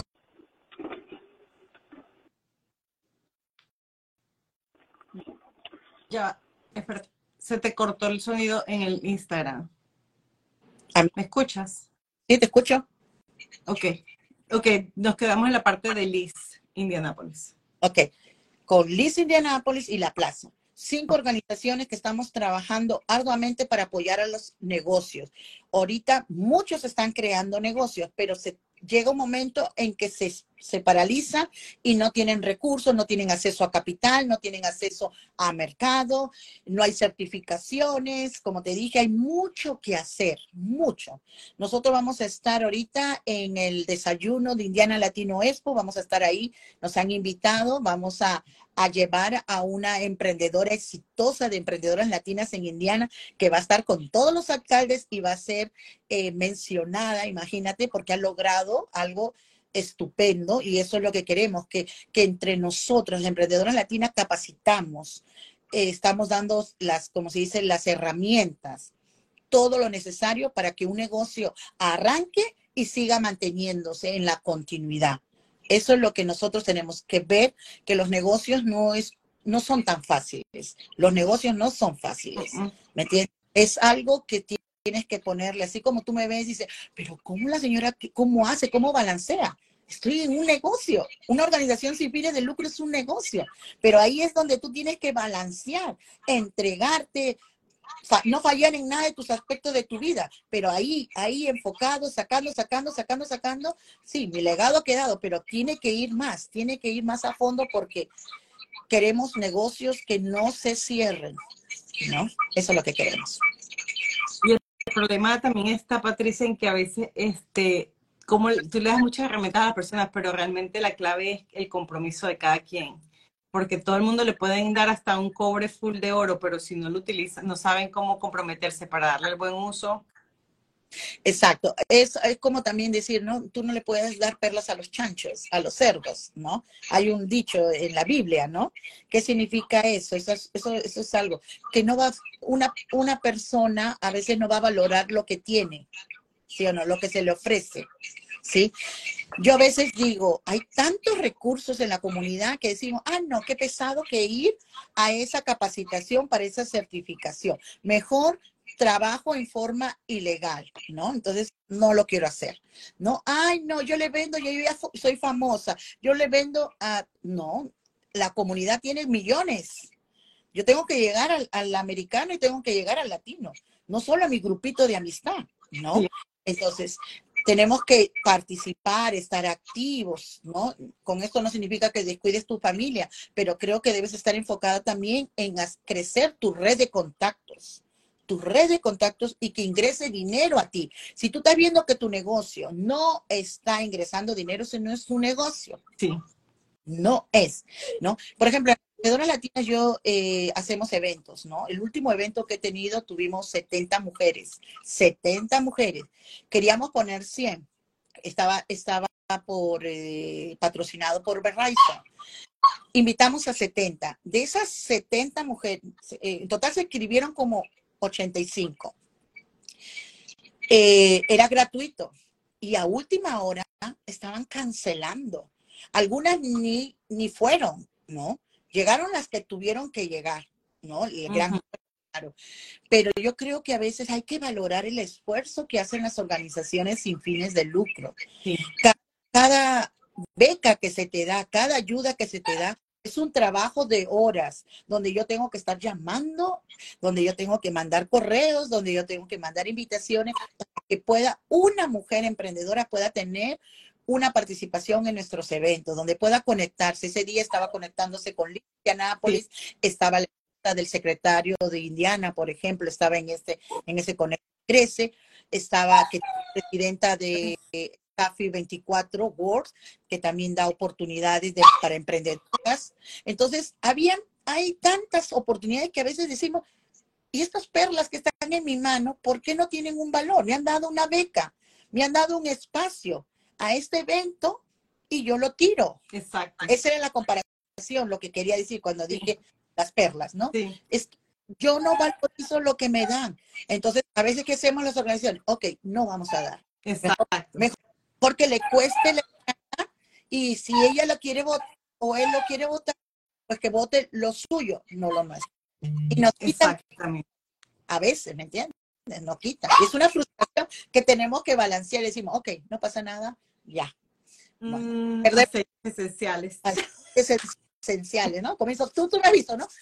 A: Ya, espera, se te cortó el sonido en el Instagram.
B: ¿Me
A: escuchas?
B: ¿Sí te escucho?
A: Ok, nos quedamos en la parte de Liz, Indianapolis.
B: Ok, con Liz Indianapolis y La Plaza. 5 organizaciones que estamos trabajando arduamente para apoyar a los negocios. Ahorita muchos están creando negocios, pero llega un momento en que se paraliza y no tienen recursos, no tienen acceso a capital, no tienen acceso a mercado, no hay certificaciones. Como te dije, hay mucho que hacer, mucho. Nosotros vamos a estar ahorita en el desayuno de Indiana Latino Expo, vamos a estar ahí, nos han invitado, vamos a llevar a una emprendedora exitosa de Emprendedoras Latinas en Indiana, que va a estar con todos los alcaldes y va a ser mencionada, imagínate, porque ha logrado algo estupendo y eso es lo que queremos, que entre nosotros, Emprendedoras Latinas, capacitamos, estamos dando como se dice, las herramientas, todo lo necesario para que un negocio arranque y siga manteniéndose en la continuidad. Eso es lo que nosotros tenemos que ver, que los negocios no son tan fáciles. Los negocios no son fáciles, ¿me entiendes? Es algo que tienes que ponerle, así como tú me ves y dices, pero ¿cómo la señora, cómo hace, cómo balancea? Estoy en un negocio, una organización sin fines de lucro es un negocio, pero ahí es donde tú tienes que balancear, entregarte, no fallar en nada de tus aspectos de tu vida, pero ahí enfocado, sacando. Sí, mi legado ha quedado, pero tiene que ir más a fondo porque queremos negocios que no se cierren, ¿no? Eso es lo que queremos.
A: Y el problema también está, Patricia, en que a veces, como tú le das muchas herramientas a las personas, pero realmente la clave es el compromiso de cada quien. Porque todo el mundo le pueden dar hasta un cobre full de oro, pero si no lo utilizan, no saben cómo comprometerse para darle el buen uso.
B: Exacto. Es como también decir, ¿no? Tú no le puedes dar perlas a los chanchos, a los cerdos, ¿no? Hay un dicho en la Biblia, ¿no? ¿Qué significa eso? Eso es algo que no va, una persona a veces no va a valorar lo que tiene, ¿sí o no? Lo que se le ofrece, ¿sí? Yo a veces digo, hay tantos recursos en la comunidad que decimos, no, qué pesado que ir a esa capacitación para esa certificación. Mejor trabajo en forma ilegal, ¿no? Entonces, no lo quiero hacer, ¿no? No, yo le vendo, yo ya soy famosa, yo le vendo a... No, la comunidad tiene millones. Yo tengo que llegar al americano y tengo que llegar al latino, no solo a mi grupito de amistad, ¿no?
A: Sí.
B: Entonces, tenemos que participar, estar activos, ¿no? Con esto no significa que descuides tu familia, pero creo que debes estar enfocada también en crecer tu red de contactos y que ingrese dinero a ti. Si tú estás viendo que tu negocio no está ingresando dinero, ese no es tu negocio.
A: Sí.
B: no es, ¿no? Por ejemplo, en Emprendedoras Latinas yo hacemos eventos, ¿no? El último evento que he tenido tuvimos 70 mujeres, 70 mujeres. Queríamos poner 100. Estaba patrocinado por Verizon. Invitamos a 70. De esas 70 mujeres, en total se escribieron como 85. Era gratuito y a última hora estaban cancelando. Algunas ni fueron, ¿no? Llegaron las que tuvieron que llegar, ¿no? El gran, claro. Pero yo creo que a veces hay que valorar el esfuerzo que hacen las organizaciones sin fines de lucro.
A: Sí.
B: Cada beca que se te da, cada ayuda que se te da, es un trabajo de horas, donde yo tengo que estar llamando, donde yo tengo que mandar correos, donde yo tengo que mandar invitaciones, para que una mujer emprendedora pueda tener una participación en nuestros eventos, donde pueda conectarse. Ese día estaba conectándose con Indianápolis, estaba la del secretario de Indiana, por ejemplo, estaba en ese Conecta Crece, estaba que presidenta de CAFI 24 World, que también da oportunidades para emprendedoras. Entonces, hay tantas oportunidades que a veces decimos, y estas perlas que están en mi mano, ¿por qué no tienen un valor? Me han dado una beca, me han dado un espacio a este evento y yo lo tiro.
A: Exacto.
B: Esa era la comparación, lo que quería decir cuando dije las perlas, ¿no?
A: Sí.
B: Es que yo no valorizo lo que me dan. Entonces, a veces, ¿qué hacemos las organizaciones? Ok, no vamos a dar.
A: Exacto.
B: Mejor que le cueste la gana, y si ella lo quiere votar o él lo quiere votar, pues que vote lo suyo, no lo nuestro. Y nos quitan.
A: Exactamente.
B: A veces, ¿me entiendes? Nos quitan. Es una frustración que tenemos que balancear. Decimos, ok, no pasa nada, ya.
A: Bueno, aceites esenciales.
B: Esenciales, ¿no? Comienzo, tú lo has visto, ¿no?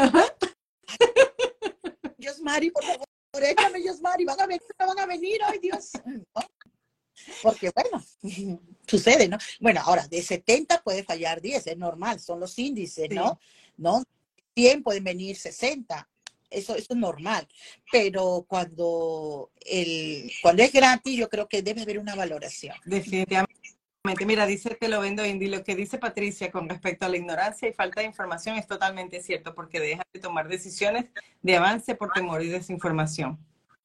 B: Yosmari, por favor, échame Yosmari, van a venir, ay Dios. ¿No? Porque bueno, sucede, ¿no? Bueno, ahora, de 70 puede fallar 10, es normal, son los índices, ¿no? ¿No? 100 pueden venir 60, eso es normal. Pero cuando es gratis, yo creo que debe haber una valoración.
A: Definitivamente. Mira, dice Te lo vendo Indy, lo que dice Patricia con respecto a la ignorancia y falta de información es totalmente cierto, porque dejan de tomar decisiones de avance por temor y desinformación.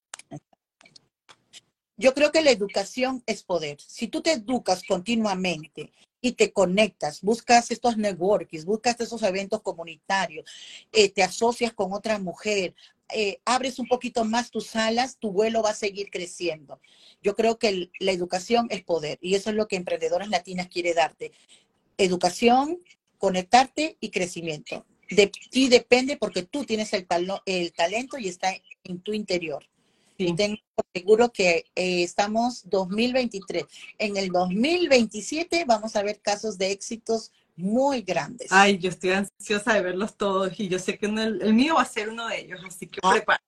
B: Yo creo que la educación es poder. Si tú te educas continuamente y te conectas, buscas estos networks, buscas esos eventos comunitarios, te asocias con otra mujer, abres un poquito más tus alas, tu vuelo va a seguir creciendo. Yo creo que la educación es poder y eso es lo que Emprendedoras Latinas quiere darte. Educación, conectarte y crecimiento. De ti depende porque tú tienes el talento y está en tu interior. Sí. Y tengo seguro que estamos 2023. En el 2027 vamos a ver casos de éxitos muy grandes.
A: Ay, yo estoy ansiosa de verlos todos y yo sé que el mío va a ser uno de ellos, así que prepárate.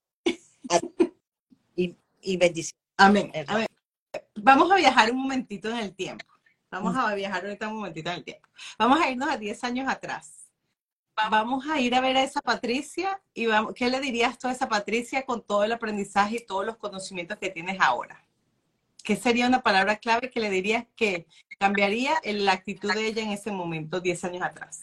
B: Y bendiciones.
A: Amén. Amén. Vamos a viajar un momentito en el tiempo. Vamos a viajar ahorita un momentito en el tiempo. Vamos a irnos a 10 años atrás. Vamos a ir a ver a esa Patricia y ¿qué le dirías tú a esa Patricia con todo el aprendizaje y todos los conocimientos que tienes ahora? ¿Qué sería una palabra clave que le dirías que cambiaría la actitud de ella en ese momento, 10 años atrás?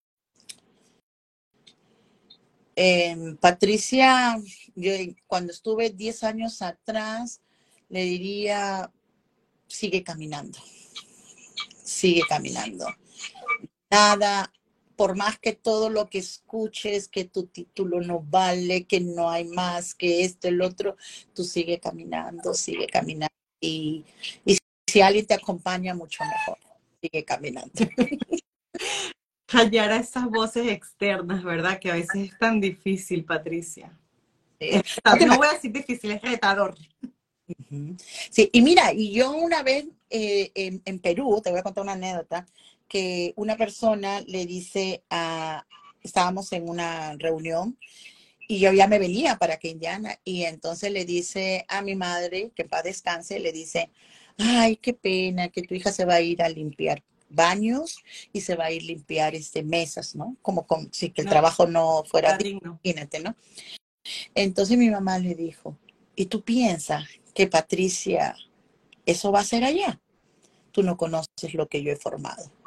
B: Patricia, yo cuando estuve 10 años atrás, le diría, sigue caminando. Sigue caminando. Nada, por más que todo lo que escuches, que tu título no vale, que no hay más, que esto, el otro, tú sigue caminando. Y si alguien te acompaña, mucho mejor. Sigue caminando.
A: Callar a esas voces externas, ¿verdad? Que a veces es tan difícil, Patricia. No voy a decir difícil, es retador.
B: Sí, y mira, y yo una vez en Perú, te voy a contar una anécdota, que una persona le dice estábamos en una reunión y yo ya me venía para que Indiana, y entonces le dice a mi madre, que en paz descanse, le dice, ay, qué pena que tu hija se va a ir a limpiar baños y se va a ir a limpiar mesas, ¿no? Como si que el trabajo no fuera digno, imagínate, ¿no? Entonces mi mamá le dijo, ¿y tú piensas que Patricia eso va a ser allá? Tú no conoces lo que yo he formado.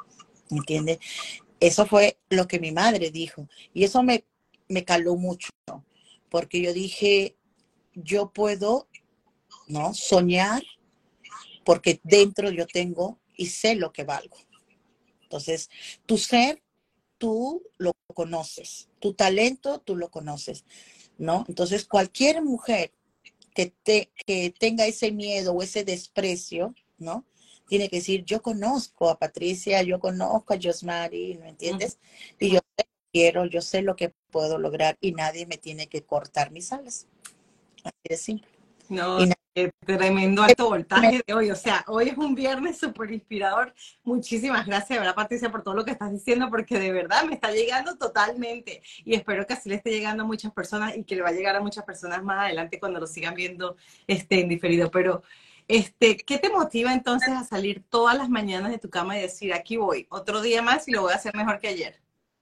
B: ¿me entiendes? Eso fue lo que mi madre dijo. Y eso me caló mucho, porque yo dije, yo puedo, ¿no? Soñar porque dentro yo tengo y sé lo que valgo. Entonces, tu ser, tú lo conoces. Tu talento, tú lo conoces, ¿no? Entonces, cualquier mujer que tenga ese miedo o ese desprecio, ¿no? Tiene que decir, yo conozco a Patricia, yo conozco a Josmari, ¿no entiendes? Y yo sé lo que quiero, yo sé lo que puedo lograr y nadie me tiene que cortar mis alas. Así de simple.
A: No,
B: Y
A: qué tremendo alto voltaje de hoy. O sea, hoy es un viernes súper inspirador. Muchísimas gracias, de verdad, Patricia, por todo lo que estás diciendo, porque de verdad me está llegando totalmente. Y espero que así le esté llegando a muchas personas y que le va a llegar a muchas personas más adelante cuando lo sigan viendo en diferido. Pero, ¿qué te motiva entonces a salir todas las mañanas de tu cama y decir, aquí voy, otro día más y lo voy a hacer mejor que ayer?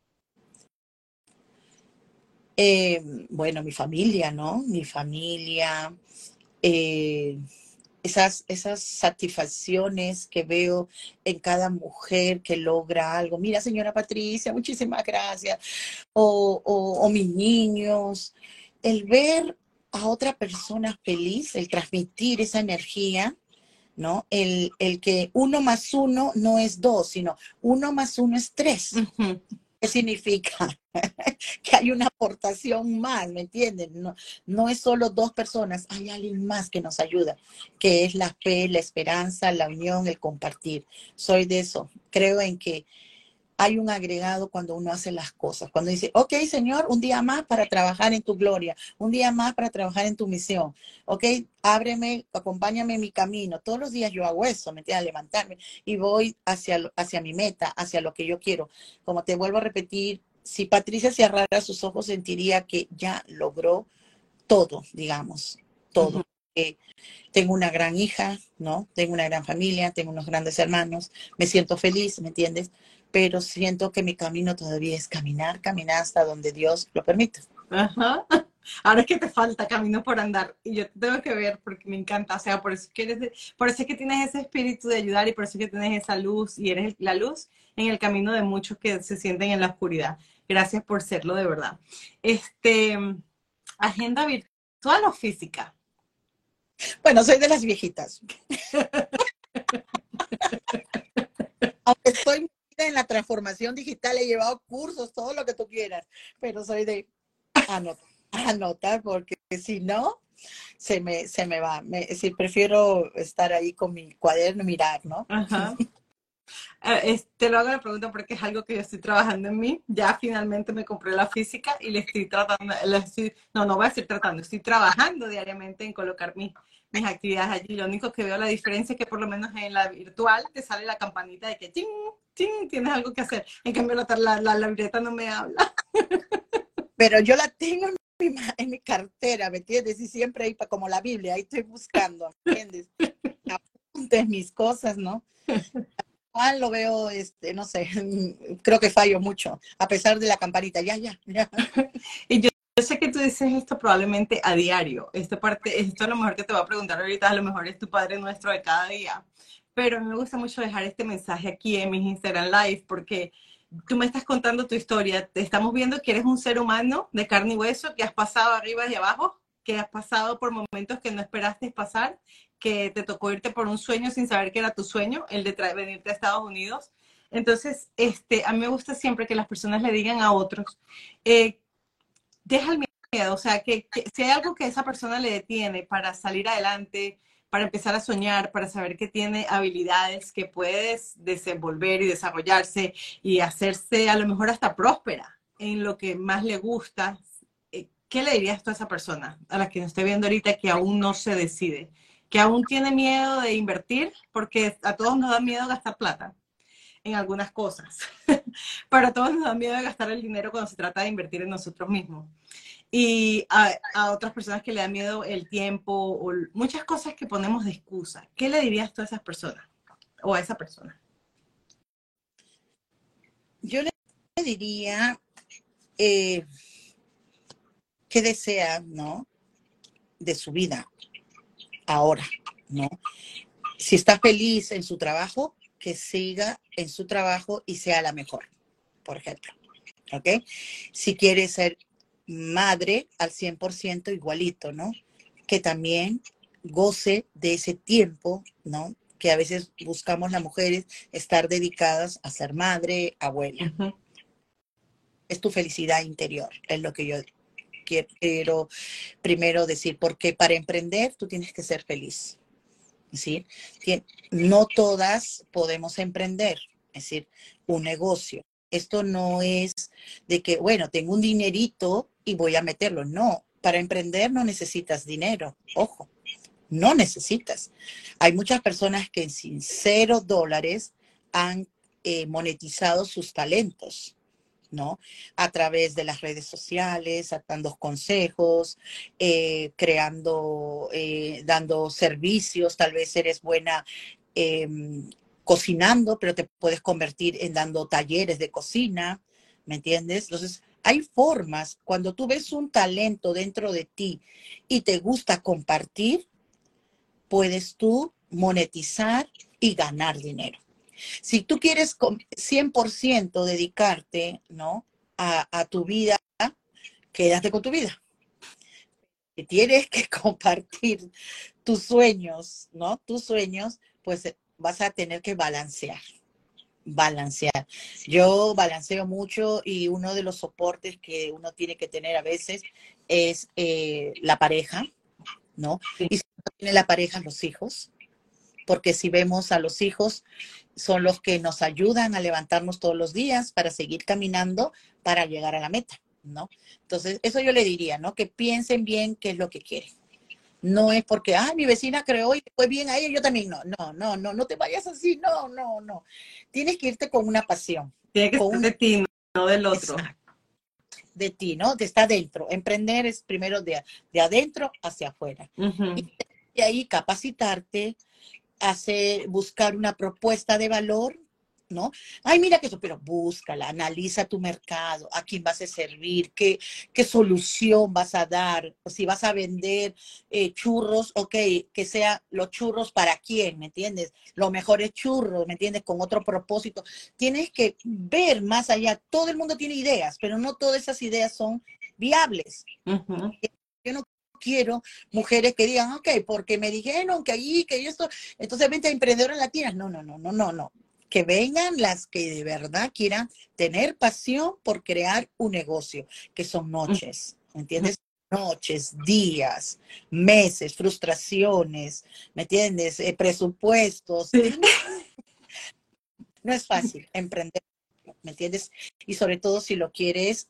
B: bueno, mi familia, ¿no? Mi familia, eh, esas satisfacciones que veo en cada mujer que logra algo. Mira, señora Patricia, muchísimas gracias. O mis niños. El ver a otra persona feliz, el transmitir esa energía, ¿no? El que uno más uno no es dos, sino uno más uno es tres.
A: Ujú.
B: ¿Qué significa? Que hay una aportación más, ¿me entienden? No, no es solo dos personas, hay alguien más que nos ayuda, que es la fe, la esperanza, la unión, el compartir. Soy de eso. Creo en que hay un agregado cuando uno hace las cosas. Cuando dice, ok, Señor, un día más para trabajar en tu gloria, un día más para trabajar en tu misión. Ok, ábreme, acompáñame en mi camino. Todos los días yo hago eso, ¿me entiendes? Levantarme y voy hacia mi meta, hacia lo que yo quiero. Como te vuelvo a repetir, si Patricia cerrara sus ojos, sentiría que ya logró todo, digamos,
A: Ujú.
B: todo. Tengo una gran hija, ¿no? Tengo una gran familia, tengo unos grandes hermanos, me siento feliz, ¿me entiendes? Pero siento que mi camino todavía es caminar, caminar hasta donde Dios lo permita.
A: Ajá. Ahora es que te falta camino por andar y yo te tengo que ver porque me encanta, o sea, por eso que por eso es que tienes ese espíritu de ayudar y por eso es que tienes esa luz y eres la luz en el camino de muchos que se sienten en la oscuridad. Gracias por serlo de verdad. Este, agenda virtual o física.
B: Bueno, soy de las viejitas. Aunque estoy metida en la transformación digital, he llevado cursos, todo lo que tú quieras, pero soy de anotar, anotar porque si no, se me va. Si prefiero estar ahí con mi cuaderno y mirar, ¿no?
A: Ajá. Te lo hago la pregunta porque es algo que yo estoy trabajando en mí. Ya finalmente me compré la física y le estoy tratando, no, no voy a decir tratando, estoy trabajando diariamente en colocar mis actividades allí. Lo único que veo la diferencia es que por lo menos en la virtual te sale la campanita de que ching, ching, tienes algo que hacer. En cambio la libreta no me habla.
B: Pero yo la tengo en mi cartera, ¿me entiendes? Y siempre ahí, como la Biblia, ahí estoy buscando, ¿me entiendes? Apuntes mis cosas, ¿no? Lo veo, no sé, creo que fallo mucho, a pesar de la campanita, ya, ya, ya.
A: Y yo sé que tú dices esto probablemente a diario. Esto a lo mejor que te voy a preguntar ahorita, a lo mejor es tu Padre Nuestro de cada día. Pero a mí me gusta mucho dejar este mensaje aquí en mis Instagram Live porque tú me estás contando tu historia. Te estamos viendo que eres un ser humano de carne y hueso, que has pasado arriba y abajo, que has pasado por momentos que no esperaste pasar, que te tocó irte por un sueño sin saber que era tu sueño, el de venirte a Estados Unidos. Entonces, a mí me gusta siempre que las personas le digan a otros, eh, deja el miedo, o sea, que si hay algo que esa persona le detiene para salir adelante, para empezar a soñar, para saber que tiene habilidades, que puedes desenvolver y desarrollarse y hacerse a lo mejor hasta próspera en lo que más le gusta, ¿qué le dirías tú a esa persona, a la que nos esté viendo ahorita que aún no se decide, que aún tiene miedo de invertir, porque a todos nos da miedo gastar plata en algunas cosas, pero a todos nos da miedo de gastar el dinero cuando se trata de invertir en nosotros mismos? Y a otras personas que le da miedo el tiempo o muchas cosas que ponemos de excusa. ¿Qué le dirías tú a esas personas o a esa persona?
B: Yo le diría eh, qué desea, ¿no? De su vida ahora, ¿no? Si está feliz en su trabajo, que siga en su trabajo y sea la mejor, por ejemplo. ¿Ok? Si quiere ser madre al 100% igualito, ¿no? Que también goce de ese tiempo, ¿no? Que a veces buscamos las mujeres estar dedicadas a ser madre, abuela.
A: Ujú.
B: Es tu felicidad interior, es lo que yo quiero primero decir, porque para emprender tú tienes que ser feliz. Es decir, no todas podemos emprender, es decir, un negocio. Esto no es de que, bueno, tengo un dinerito y voy a meterlo. No, para emprender no necesitas dinero. Ojo, no necesitas. Hay muchas personas que sin $0 han monetizado sus talentos, ¿no? A través de las redes sociales, dando consejos, creando, dando servicios. Tal vez eres buena eh, cocinando, pero te puedes convertir en dando talleres de cocina, ¿me entiendes? Entonces, hay formas, cuando tú ves un talento dentro de ti y te gusta compartir, puedes tú monetizar y ganar dinero. Si tú quieres 100% dedicarte, ¿no? A tu vida, quédate con tu vida. Si tienes que compartir tus sueños, ¿no? Tus sueños, pues vas a tener que balancear. Balancear. Yo balanceo mucho y uno de los soportes que uno tiene que tener a veces es la pareja, ¿no?
A: Sí.
B: Y si no tiene la pareja, los hijos, porque si vemos a los hijos, son los que nos ayudan a levantarnos todos los días para seguir caminando para llegar a la meta, ¿no? Entonces, eso yo le diría, ¿no? Que piensen bien qué es lo que quieren. No es porque, ah, mi vecina creó y fue bien a ella, yo también no. No te vayas así, no. Tienes que irte con una pasión,
A: Tiene que
B: con
A: ser
B: una
A: de ti, no del otro.
B: exacto, de ti, ¿no? De estar dentro. Emprender es primero de adentro hacia afuera.
A: Ujú.
B: Y de ahí capacitarte, buscar una propuesta de valor, ¿no? Ay, mira que eso, pero búscala, analiza tu mercado, a quién vas a servir, qué solución vas a dar, si vas a vender churros, ok, que sea los churros para quién, ¿me entiendes? Los mejores churros, ¿me entiendes? Con otro propósito. Tienes que ver más allá. Todo el mundo tiene ideas, pero no todas esas ideas son viables.
A: Ujú.
B: Yo no quiero mujeres que digan, ok, porque me dijeron que allí, que esto, entonces vente a emprendedoras latinas. No. Que vengan las que de verdad quieran tener pasión por crear un negocio, que son noches, ¿me
A: Ujú.
B: entiendes? Noches, días, meses, frustraciones, ¿me entiendes? Presupuestos.
A: Sí.
B: No es fácil emprender, ¿me entiendes? Y sobre todo si lo quieres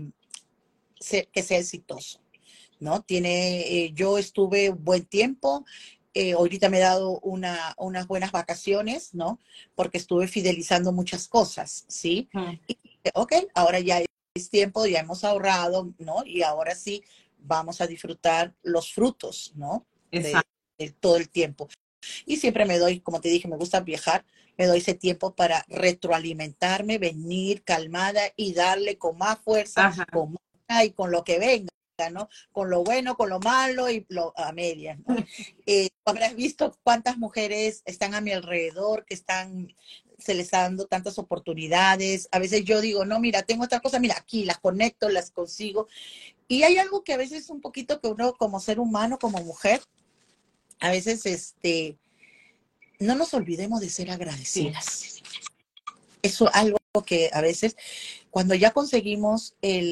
B: que sea exitoso. ¿No? Yo estuve un buen tiempo, ahorita me he dado unas buenas vacaciones, ¿no? Porque estuve fidelizando muchas cosas, ¿sí?
A: Ujú.
B: Y, ok, ahora ya es tiempo, ya hemos ahorrado, ¿no? Y ahora sí vamos a disfrutar los frutos, ¿no?
A: Exacto.
B: De todo el tiempo. Y siempre me doy, como te dije, me gusta viajar, me doy ese tiempo para retroalimentarme, venir calmada y darle con más fuerza,
A: Ajá.
B: con más y con lo que venga, ¿no? Con lo bueno, con lo malo y a medias, ¿no? Habrás visto cuántas mujeres están a mi alrededor que se les está dando tantas oportunidades. A veces yo digo, no, mira, tengo esta cosa, mira, aquí las conecto, las consigo. Y hay algo que a veces un poquito que uno como ser humano, como mujer, a veces no nos olvidemos de ser
A: Sí.
B: agradecidas. Eso es algo que a veces, cuando ya conseguimos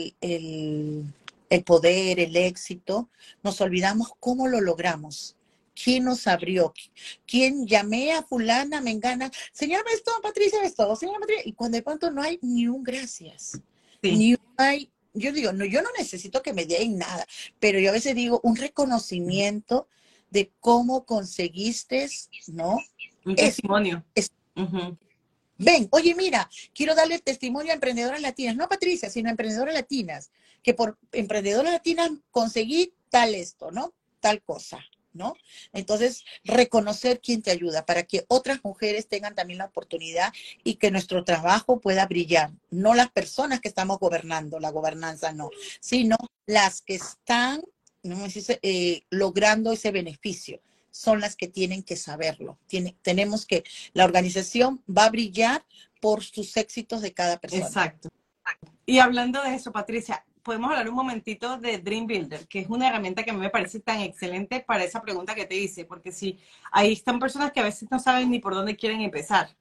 B: el poder, el éxito, nos olvidamos cómo lo logramos. ¿Quién nos abrió? ¿Quién llamé a fulana, mengana? Señora esto, Patricia esto, señora Patricia. Y cuando de pronto no hay ni un gracias.
A: Sí.
B: Ni hay, yo digo, no, yo no necesito que me den nada, pero yo a veces digo un reconocimiento de cómo conseguiste, ¿no?
A: Un
B: Eso.
A: testimonio. Ujú.
B: Ven, oye, mira, quiero darle testimonio a emprendedoras latinas, no Patricia, sino a emprendedoras latinas, que por emprendedoras latinas conseguí tal esto, ¿no? Tal cosa, ¿no? Entonces, reconocer quién te ayuda para que otras mujeres tengan también la oportunidad y que nuestro trabajo pueda brillar. No las personas que estamos gobernando, la gobernanza no, sino las que están, ¿no? Logrando ese beneficio. son las que tienen que saberlo. Tenemos que, la organización va a brillar por sus éxitos de cada persona.
A: Exacto. Y hablando de eso, Patricia, podemos hablar un momentito de Dream Builder, que es una herramienta que a mí me parece tan excelente para esa pregunta que te hice, porque si ahí están personas que a veces no saben ni por dónde quieren empezar.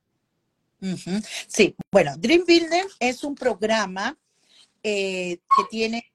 B: Sí, bueno, Dream Builder es un programa que tiene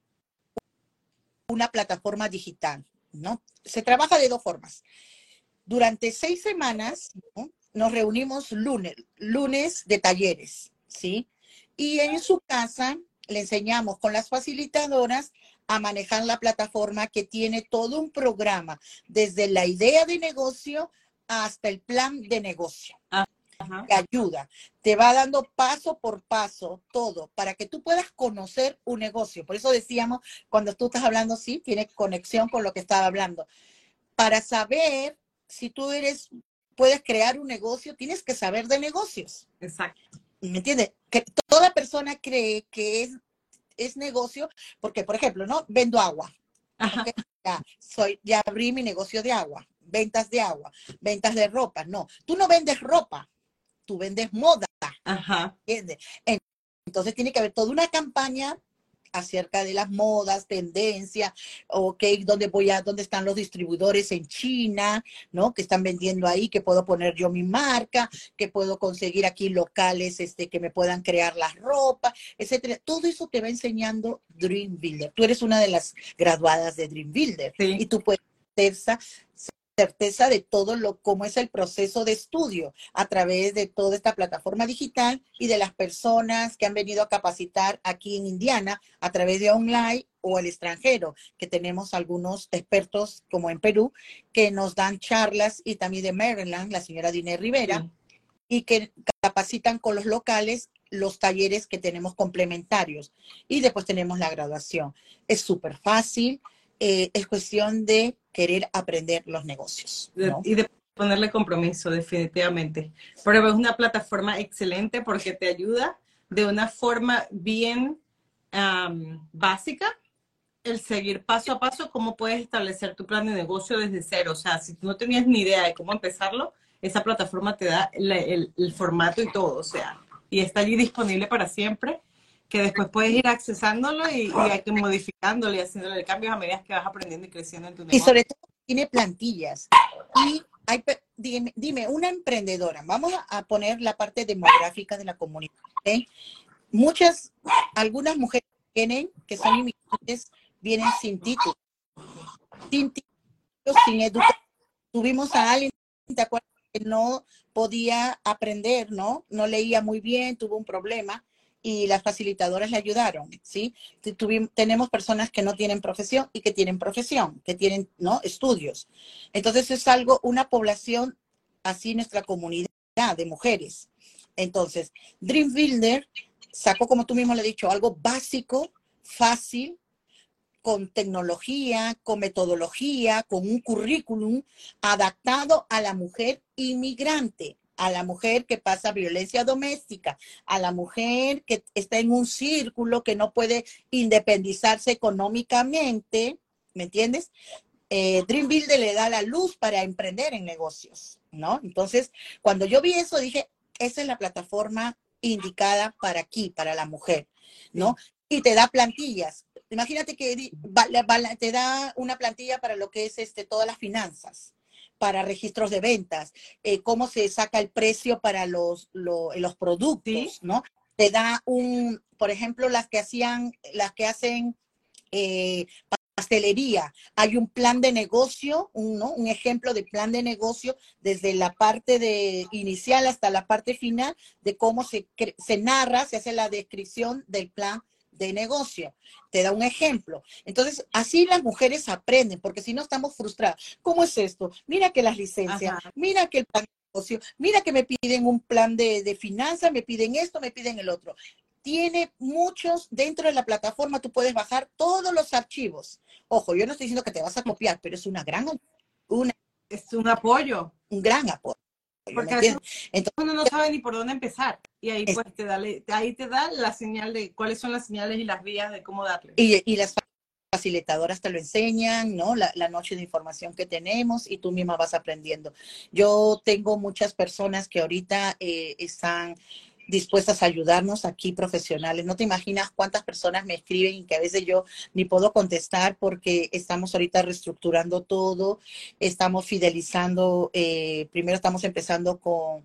B: una plataforma digital, ¿no? Se trabaja de dos formas. Durante 6 semanas, ¿no?, nos reunimos lunes de talleres, ¿sí? Y en su casa le enseñamos con las facilitadoras a manejar la plataforma que tiene todo un programa, desde la idea de negocio hasta el plan de negocio.
A: Ajá.
B: Te ayuda, te va dando paso por paso todo para que tú puedas conocer un negocio. Por eso decíamos, cuando tú estás hablando, sí, tiene conexión con lo que estaba hablando. Para saber si tú puedes crear un negocio, tienes que saber de negocios.
A: Exacto.
B: ¿Me entiendes? Que toda persona cree que es negocio, porque, por ejemplo, ¿no? Vendo agua. ¿Okay? Ya abrí mi negocio de agua, ventas de agua, ventas de ropa. No, tú no vendes ropa, tú vendes moda.
A: Ajá.
B: ¿Entiendes? Entonces tiene que haber toda una campaña acerca de las modas, tendencia, okay, dónde están los distribuidores en China, ¿no? Que están vendiendo ahí, que puedo poner yo mi marca, que puedo conseguir aquí locales que me puedan crear las ropas, etcétera. Todo eso te va enseñando Dream Builder. Tú eres una de las graduadas de Dream Builder,
A: sí,
B: y tú puedes tener certeza de cómo es el proceso de estudio a través de toda esta plataforma digital y de las personas que han venido a capacitar aquí en Indiana a través de online o el extranjero, que tenemos algunos expertos como en Perú que nos dan charlas, y también de Maryland, la señora Diné Rivera, y que capacitan con los locales los talleres que tenemos complementarios. Y después tenemos la graduación. Es súper fácil. Es cuestión de querer aprender los negocios, ¿no?
A: Y de ponerle compromiso, definitivamente. Pero es una plataforma excelente porque te ayuda de una forma bien básica el seguir paso a paso cómo puedes establecer tu plan de negocio desde cero. O sea, si tú no tenías ni idea de cómo empezarlo, esa plataforma te da el formato y todo. O sea, y está allí disponible para siempre, que después puedes ir accesándolo y modificándolo y haciéndole cambios a medida que vas aprendiendo y creciendo en tu negocio.
B: Y sobre todo tiene plantillas. Y dime, una emprendedora, vamos a poner la parte demográfica de la comunidad, ¿eh? Algunas mujeres que son inmigrantes, vienen sin título, sin educación. Tuvimos a alguien, ¿te acuerdas?, que no podía aprender, ¿no? No leía muy bien, tuvo un problema y las facilitadoras le ayudaron, ¿sí? Tenemos personas que no tienen profesión y que tienen profesión, que tienen, ¿no?, estudios. Entonces es una población así, nuestra comunidad de mujeres. Entonces, Dream Builder sacó, como tú mismo le has dicho, algo básico, fácil, con tecnología, con metodología, con un currículum adaptado a la mujer inmigrante, a la mujer que pasa violencia doméstica, a la mujer que está en un círculo que no puede independizarse económicamente, ¿me entiendes? Dream Builder le da la luz para emprender en negocios, ¿no? Entonces, cuando yo vi eso, dije, esa es la plataforma indicada para aquí, para la mujer, ¿no? Sí. Y te da plantillas. Imagínate que te da una plantilla para lo que es todas las finanzas, para registros de ventas, cómo se saca el precio para los productos, ¿sí?, ¿no? Te da por ejemplo, las que hacen pastelería. Hay un plan de negocio, un ejemplo de plan de negocio desde la parte inicial hasta la parte final, de cómo se narra, se hace la descripción del plan de negocio. Te da un ejemplo. Entonces, así las mujeres aprenden, porque si no estamos frustradas. ¿Cómo es esto? Mira que las licencias, ajá, mira que el plan de negocio, mira que me piden un plan de finanzas, me piden esto, me piden el otro. Tiene muchos, dentro de la plataforma tú puedes bajar todos los archivos. Ojo, yo no estoy diciendo que te vas a copiar, pero es es
A: un apoyo.
B: Un gran apoyo.
A: Porque a veces uno no sabe ni por dónde empezar. Y ahí pues te da la señal de cuáles son las señales y las vías de cómo darle.
B: Y las facilitadoras te lo enseñan, ¿no? La noche de información que tenemos y tú misma vas aprendiendo. Yo tengo muchas personas que ahorita están dispuestas a ayudarnos aquí, profesionales. No te imaginas cuántas personas me escriben y que a veces yo ni puedo contestar porque estamos ahorita reestructurando todo, estamos fidelizando, primero estamos empezando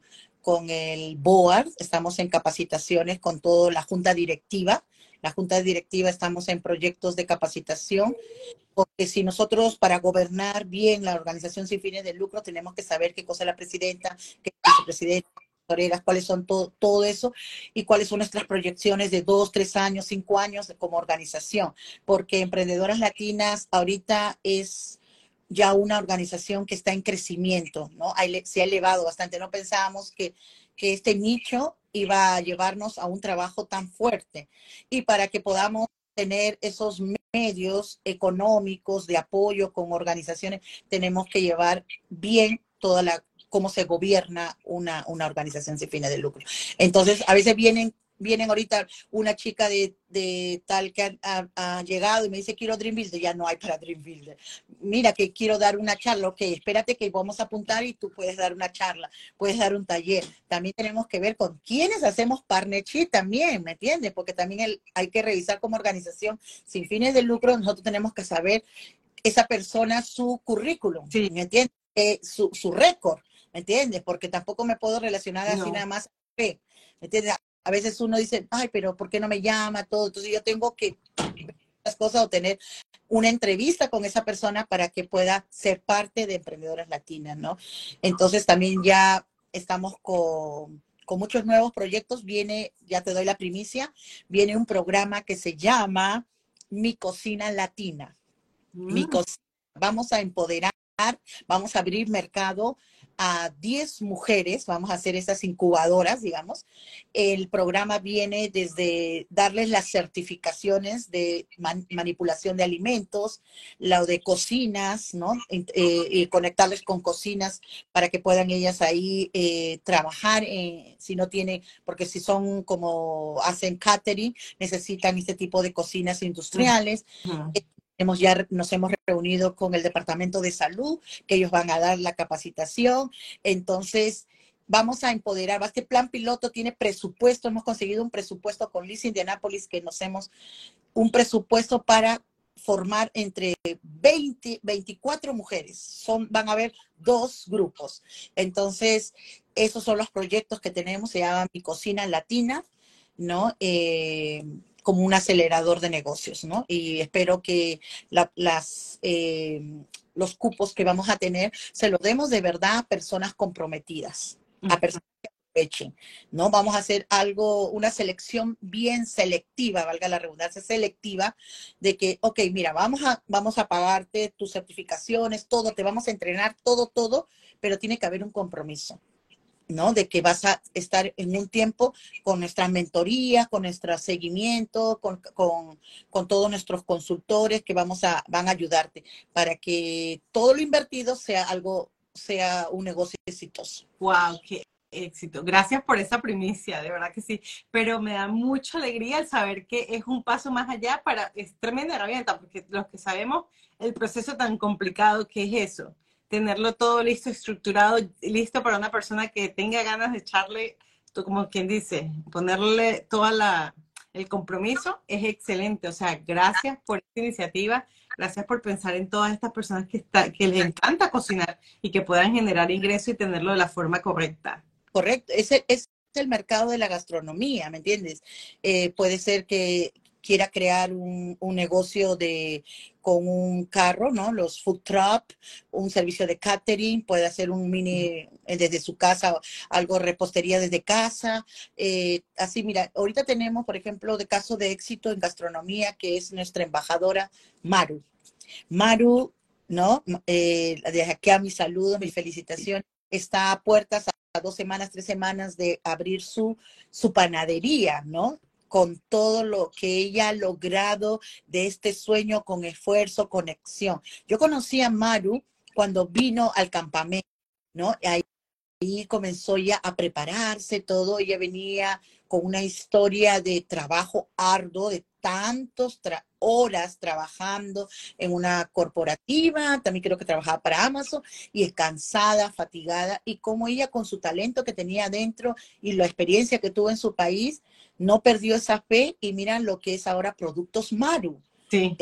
B: con el board, estamos en capacitaciones con toda la junta directiva. La junta directiva estamos en proyectos de capacitación, porque si nosotros para gobernar bien la organización sin fines de lucro tenemos que saber qué cosa es la presidenta, qué es la vicepresidenta, cuáles son todo eso y cuáles son nuestras proyecciones de 2, 3 años, 5 años como organización, porque Emprendedoras Latinas ahorita es ya una organización que está en crecimiento, ¿no? Se ha elevado bastante. No pensábamos que este nicho iba a llevarnos a un trabajo tan fuerte y para que podamos tener esos medios económicos de apoyo con organizaciones, tenemos que llevar bien toda cómo se gobierna una organización sin fines de lucro. Entonces, a veces vienen ahorita una chica de tal que ha llegado y me dice, quiero Dream Builder. Ya no hay para Dream Builder. Mira, que quiero dar una charla. Ok, espérate que vamos a apuntar y tú puedes dar una charla, puedes dar un taller. También tenemos que ver con quiénes hacemos partnership también, ¿me entiendes? Porque también hay que revisar como organización sin fines de lucro. Nosotros tenemos que saber esa persona, su currículum,
A: Sí,
B: ¿me entiendes? Su récord, ¿me entiendes? Porque tampoco me puedo relacionar así
A: no.
B: nada más, ¿me entiendes? A veces uno dice, ay, pero ¿por qué no me llama? Todo. Entonces yo tengo que ver las cosas o tener una entrevista con esa persona para que pueda ser parte de Emprendedoras Latinas, ¿no? Entonces también ya estamos con muchos nuevos proyectos. Ya te doy la primicia, viene un programa que se llama Mi Cocina Latina.
A: Mm.
B: Vamos a empoderar, vamos a abrir mercado a 10 mujeres, vamos a hacer esas incubadoras, digamos. El programa viene desde darles las certificaciones de manipulación de alimentos, lo de cocinas, ¿no? Y conectarles con cocinas para que puedan ellas ahí trabajar, si no tienen, porque si son como hacen catering, necesitan este tipo de cocinas industriales.
A: Ujú.
B: Nos hemos reunido con el Departamento de Salud, que ellos van a dar la capacitación. Entonces, vamos a empoderar. Este plan piloto tiene presupuesto. Hemos conseguido un presupuesto con Liz Indianapolis, que un presupuesto para formar entre 20, 24 mujeres. Van a haber 2 grupos. Entonces, esos son los proyectos que tenemos. Se llama Mi Cocina Latina, ¿no? Como un acelerador de negocios, ¿no? Y espero que los cupos que vamos a tener se los demos de verdad a personas comprometidas, a personas que aprovechen, ¿no? Vamos a hacer una selección bien selectiva, valga la redundancia, selectiva, de que, ok, mira, vamos a pagarte tus certificaciones, todo, te vamos a entrenar, todo, pero tiene que haber un compromiso, ¿no? De que vas a estar en un tiempo con nuestras mentorías, con nuestro seguimiento, con todos nuestros consultores que van a ayudarte para que todo lo invertido sea un negocio exitoso.
A: Wow, qué éxito. Gracias por esa primicia, de verdad que sí. Pero me da mucha alegría el saber que es un paso más allá es tremenda herramienta, porque los que sabemos el proceso tan complicado que es eso, tenerlo todo listo, estructurado, listo para una persona que tenga ganas de echarle, como quien dice, ponerle el compromiso, es excelente. O sea, gracias por esta iniciativa. Gracias por pensar en todas estas personas que les encanta cocinar y que puedan generar ingreso y tenerlo de la forma correcta.
B: Correcto, es el mercado de la gastronomía, ¿me entiendes? Puede ser que quiera crear un negocio con un carro, ¿no? Los food truck, un servicio de catering, puede hacer un mini desde su casa, algo repostería desde casa. Así, mira, ahorita tenemos, por ejemplo, de caso de éxito en gastronomía, que es nuestra embajadora Maru. Maru, ¿no? Desde aquí a mi saludo, mi felicitación. Está a puertas a 2 semanas, 3 semanas de abrir su panadería, ¿no? Con todo lo que ella ha logrado de este sueño, con esfuerzo, conexión. Yo conocí a Maru cuando vino al campamento, ¿no? Ahí comenzó ya a prepararse todo. Ella venía con una historia de trabajo arduo, tantos horas trabajando en una corporativa, también creo que trabajaba para Amazon, y es cansada, fatigada, y como ella con su talento que tenía adentro y la experiencia que tuvo en su país, no perdió esa fe, y miran lo que es ahora Productos Maru.
A: Sí.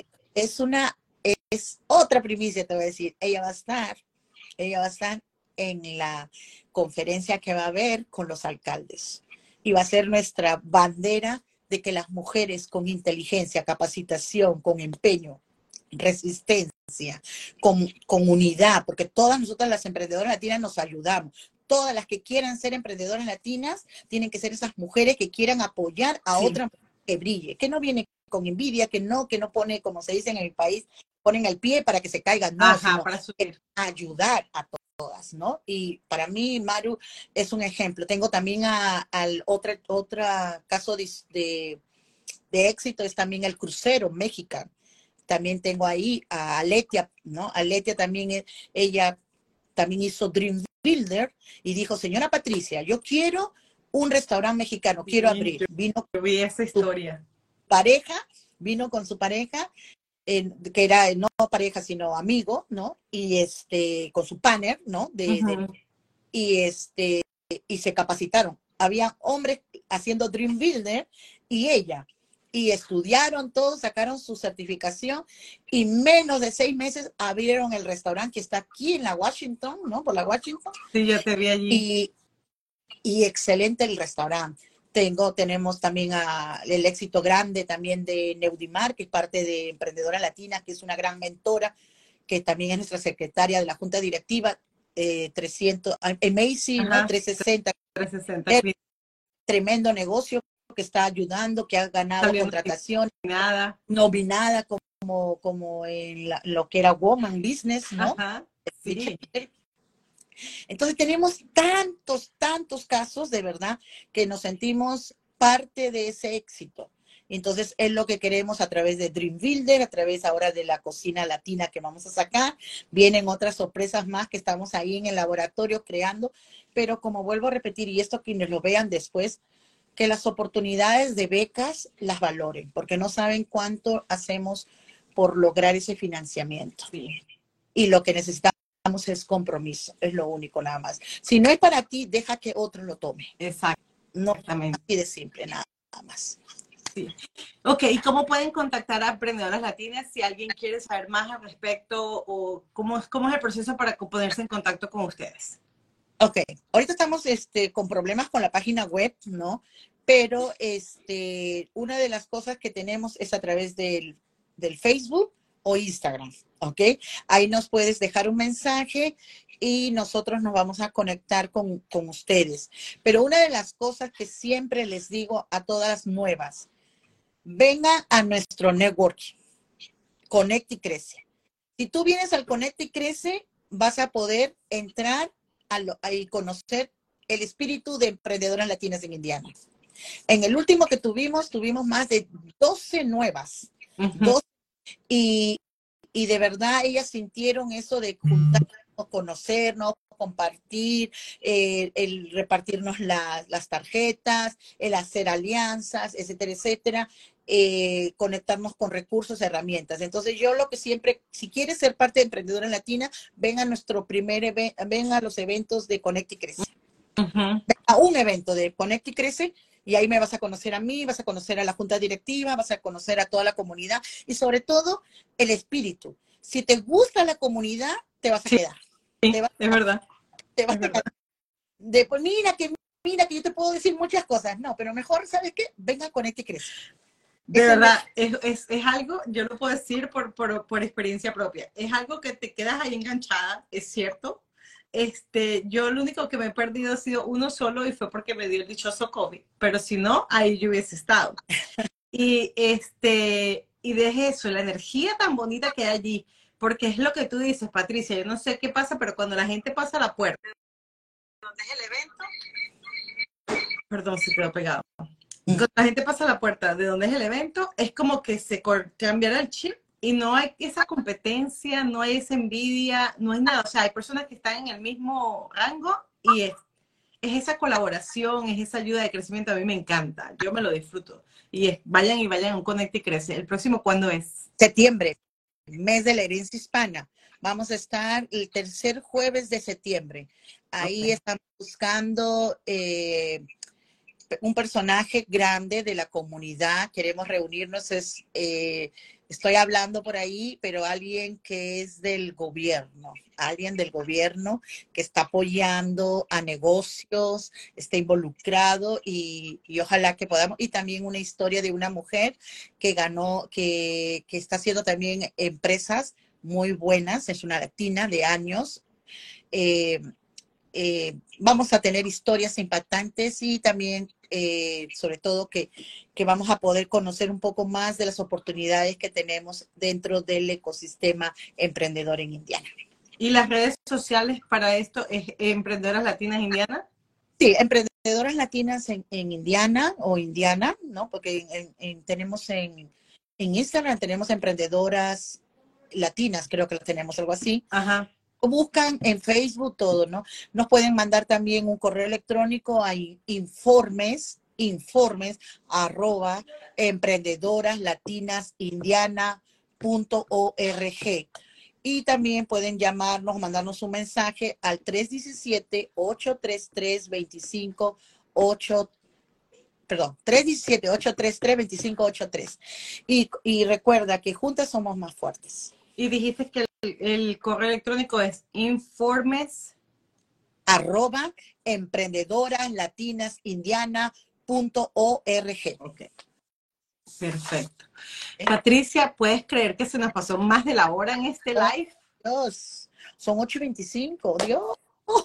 B: Es otra primicia, te voy a decir. Ella va a estar en la conferencia que va a haber con los alcaldes. Y va a ser nuestra bandera de que las mujeres con inteligencia, capacitación, con empeño, resistencia, con unidad, porque todas nosotras las emprendedoras latinas nos ayudamos. Todas las que quieran ser emprendedoras latinas tienen que ser esas mujeres que quieran apoyar a otra mujer que brille, que no viene con envidia, que no pone, como se dice en el país, ponen el pie para que se caigan, no, sino
A: para subir.
B: ayudar a todas, ¿no? Y para mí, Maru es un ejemplo. Tengo también al otro caso de éxito, es también el crucero mexicano. También tengo ahí a Aletia, ¿no? Aletia también, ella también hizo Dream Builder y dijo, señora Patricia, yo quiero un restaurante mexicano, quiero abrir.
A: Yo vi esa historia.
B: Vino con su pareja, que era no pareja, sino amigo, ¿no? Y con su partner, ¿no? Y se capacitaron. Había hombres haciendo Dream Builder y ella. Y estudiaron todos, sacaron su certificación y menos de 6 meses abrieron el restaurante que está aquí en la Washington, ¿no? Por la Washington.
A: Sí, yo te vi allí.
B: Y excelente el restaurante. Tenemos también el éxito grande también de Neudimar, que es parte de Emprendedora Latina, que es una gran mentora, que también es nuestra secretaria de la Junta Directiva, 300, Amazing, ¿no? 360.
A: 360.
B: Tremendo negocio que está ayudando, que ha ganado contratación. Nominada como en lo que era Woman Business, ¿no?
A: Ajá, sí.
B: Entonces tenemos tantos casos de verdad que nos sentimos parte de ese éxito. Entonces es lo que queremos a través de Dream Builder, a través ahora de la cocina latina que vamos a sacar. Vienen otras sorpresas más que estamos ahí en el laboratorio creando, pero como vuelvo a repetir, y esto quienes lo vean después, que las oportunidades de becas las valoren, porque no saben cuánto hacemos por lograr ese financiamiento.
A: Sí.
B: Y lo que necesitamos es compromiso, es lo único nada más. Si no es para ti, deja que otro lo tome.
A: Exacto.
B: No, así de simple, nada más.
A: Sí. Ok, ¿y cómo pueden contactar a Emprendedoras Latinas si alguien quiere saber más al respecto o cómo es el proceso para ponerse en contacto con ustedes?
B: Ok, ahorita estamos con problemas con la página web, ¿no? Pero una de las cosas que tenemos es a través del Facebook o Instagram, ¿ok? Ahí nos puedes dejar un mensaje y nosotros nos vamos a conectar con ustedes. Pero una de las cosas que siempre les digo a todas las nuevas, vengan a nuestro networking, Conecta y Crece. Si tú vienes al Conecta y Crece, vas a poder entrar y conocer el espíritu de emprendedoras latinas en Indiana. En el último que tuvimos más de 12 nuevas. 12, y de verdad ellas sintieron eso de juntarnos, conocernos, compartir, el repartirnos las tarjetas, el hacer alianzas, etcétera, etcétera. Conectarnos con recursos, herramientas. Entonces yo lo que siempre, si quieres ser parte de Emprendedora Latina, ven a nuestro ven a los eventos de Conecta y Crece. Ven a un evento de Conecta y Crece y ahí me vas a conocer a mí, vas a conocer a la junta directiva, vas a conocer a toda la comunidad y sobre todo el espíritu. Si te gusta la comunidad, te vas a quedar.
A: Sí, es verdad.
B: Te vas a quedar. Pues mira que yo te puedo decir muchas cosas. No, pero mejor, ¿sabes qué? Venga, Conecta y Crece.
A: De verdad, es algo, yo lo puedo decir por experiencia propia, es algo que te quedas ahí enganchada, es cierto. Yo lo único que me he perdido ha sido uno solo y fue porque me dio el dichoso COVID, pero si no, ahí yo hubiese estado. Y de eso, la energía tan bonita que hay allí, porque es lo que tú dices, Patricia, yo no sé qué pasa, pero cuando la gente pasa a la puerta, donde es el evento, perdón, se quedó pegado. Cuando la gente pasa a la puerta de donde es el evento, es como que se cambiará el chip y no hay esa competencia, no hay esa envidia, no hay nada. O sea, hay personas que están en el mismo rango y es esa colaboración, es esa ayuda de crecimiento. A mí me encanta, yo me lo disfruto. vayan a un Conecta y Crece. ¿El próximo cuándo es?
B: Septiembre, mes de la herencia hispana. Vamos a estar el tercer jueves de septiembre. Ahí
A: Okay.
B: estamos buscando un personaje grande de la comunidad. Queremos reunirnos. Estoy hablando por ahí, pero alguien que es alguien del gobierno que está apoyando a negocios, está involucrado y ojalá que podamos. Y también una historia de una mujer que ganó, que está haciendo también empresas muy buenas, es una latina de años. Eh, Vamos a tener historias impactantes y también, sobre todo, que vamos a poder conocer un poco más de las oportunidades que tenemos dentro del ecosistema emprendedor en Indiana.
A: ¿Y las redes sociales para esto es Emprendedoras Latinas Indiana?
B: Sí, emprendedoras latinas en Indiana o Indiana, ¿no? Porque tenemos en Instagram, tenemos emprendedoras latinas, creo que lo tenemos algo así.
A: Ajá.
B: Buscan en Facebook todo, ¿no? Nos pueden mandar también un correo electrónico a informes arroba emprendedoraslatinasindiana.org. Y también pueden llamarnos, mandarnos un mensaje al 317-833-2583. Perdón, 317-833-2583. Y recuerda que juntas somos más fuertes.
A: Y dijiste que el correo electrónico es informes
B: @ emprendedoraslatinasindiana.org.
A: Ok, perfecto. Patricia, ¿puedes creer que se nos pasó más de la hora en este
B: Oh,
A: live?
B: Dios, son 8:25, Dios.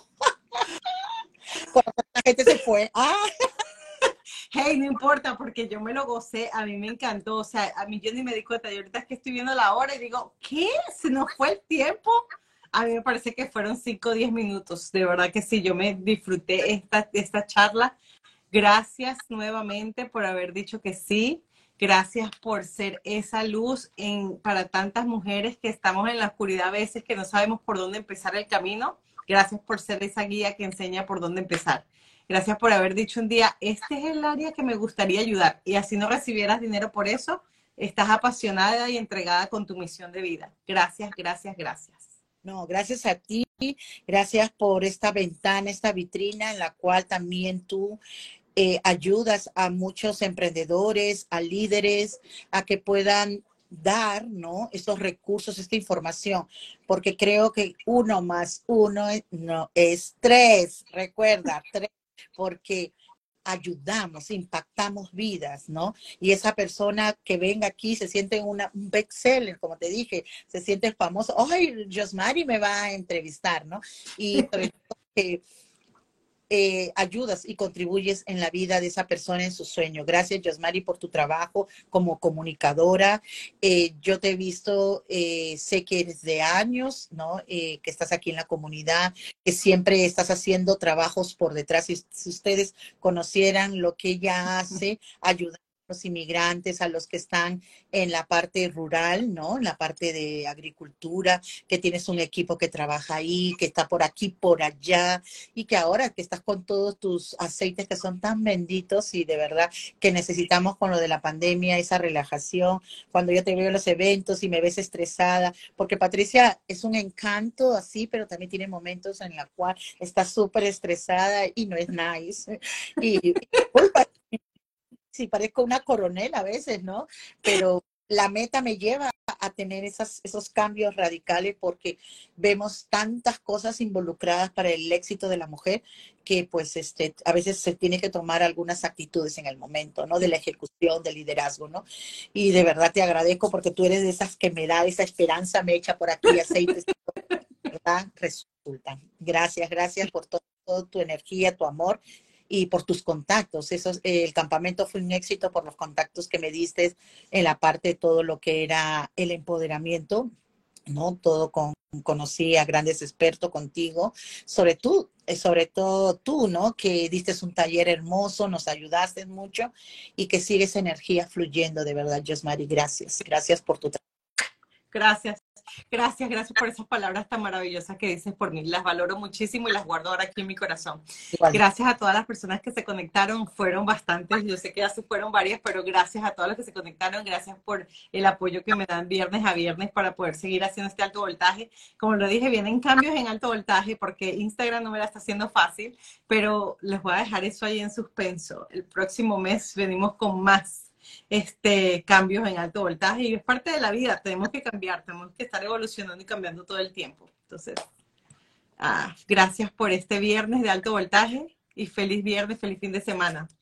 B: Cuando la gente se fue.
A: Hey, no importa, porque yo me lo gocé, a mí me encantó, o sea, a mí yo ni me di cuenta, y ahorita es que estoy viendo la hora y digo, ¿qué? ¿Se nos fue el tiempo? A mí me parece que fueron 5 o 10 minutos, de verdad que sí, yo me disfruté esta charla. Gracias nuevamente por haber dicho que sí, gracias por ser esa luz para tantas mujeres que estamos en la oscuridad a veces, que no sabemos por dónde empezar el camino. Gracias por ser esa guía que enseña por dónde empezar. Gracias por haber dicho un día, este es el área que me gustaría ayudar. Y así no recibieras dinero por eso, estás apasionada y entregada con tu misión de vida. Gracias, gracias, gracias.
B: No, gracias a ti, gracias por esta ventana, esta vitrina en la cual también tú ayudas a muchos emprendedores, a líderes, a que puedan dar, ¿no? Estos recursos, esta información, porque creo que 1 más 1 no es 3, recuerda, 3, porque ayudamos, impactamos vidas, ¿no? Y esa persona que venga aquí se siente un bestseller, como te dije, se siente famoso. ¡Ay, Josmari me va a entrevistar!, ¿no? Y sobre todo que ayudas y contribuyes en la vida de esa persona, en su sueño. Gracias, Josmari, por tu trabajo como comunicadora. Yo te he visto, sé que eres de años, ¿no? Que estás aquí en la comunidad, que siempre estás haciendo trabajos por detrás. Si ustedes conocieran lo que ella hace, ayudar a los inmigrantes, a los que están en la parte rural, ¿no? En la parte de agricultura, que tienes un equipo que trabaja ahí, que está por aquí, por allá, y que ahora que estás con todos tus aceites que son tan benditos y de verdad que necesitamos con lo de la pandemia, esa relajación, cuando yo te veo en los eventos y me ves estresada, porque Patricia es un encanto así, pero también tiene momentos en los cuales está súper estresada y no es nice. Y sí, parezco una coronel a veces, ¿no? Pero la meta me lleva a tener esos cambios radicales porque vemos tantas cosas involucradas para el éxito de la mujer que pues a veces se tiene que tomar algunas actitudes en el momento, ¿no? De la ejecución, del liderazgo, ¿no? Y de verdad te agradezco porque tú eres de esas que me da esa esperanza, me echa por aquí aceites, ¿verdad? Resultan. Gracias, gracias por toda tu energía, tu amor y por tus contactos. El campamento fue un éxito por los contactos que me diste en la parte de todo lo que era el empoderamiento, ¿no? Conocí a grandes expertos contigo, sobre todo tú, ¿no? Que diste un taller hermoso, nos ayudaste mucho y que sigue esa energía fluyendo, de verdad, Josmari. Gracias. Gracias por tu trabajo.
A: Gracias. Gracias, gracias por esas palabras tan maravillosas que dices por mí. Las valoro muchísimo y las guardo ahora aquí en mi corazón.
B: Igual.
A: Gracias a todas las personas que se conectaron. Fueron bastantes, yo sé que ya se fueron varias, pero gracias a todos los que se conectaron. Gracias por el apoyo que me dan viernes a viernes para poder seguir haciendo este alto voltaje. Como lo dije, vienen cambios en alto voltaje porque Instagram no me la está haciendo fácil, pero les voy a dejar eso ahí en suspenso. El próximo mes venimos con más cambios en alto voltaje y es parte de la vida, tenemos que cambiar, tenemos que estar evolucionando y cambiando todo el tiempo. Entonces, gracias por este viernes de alto voltaje y feliz viernes, feliz fin de semana.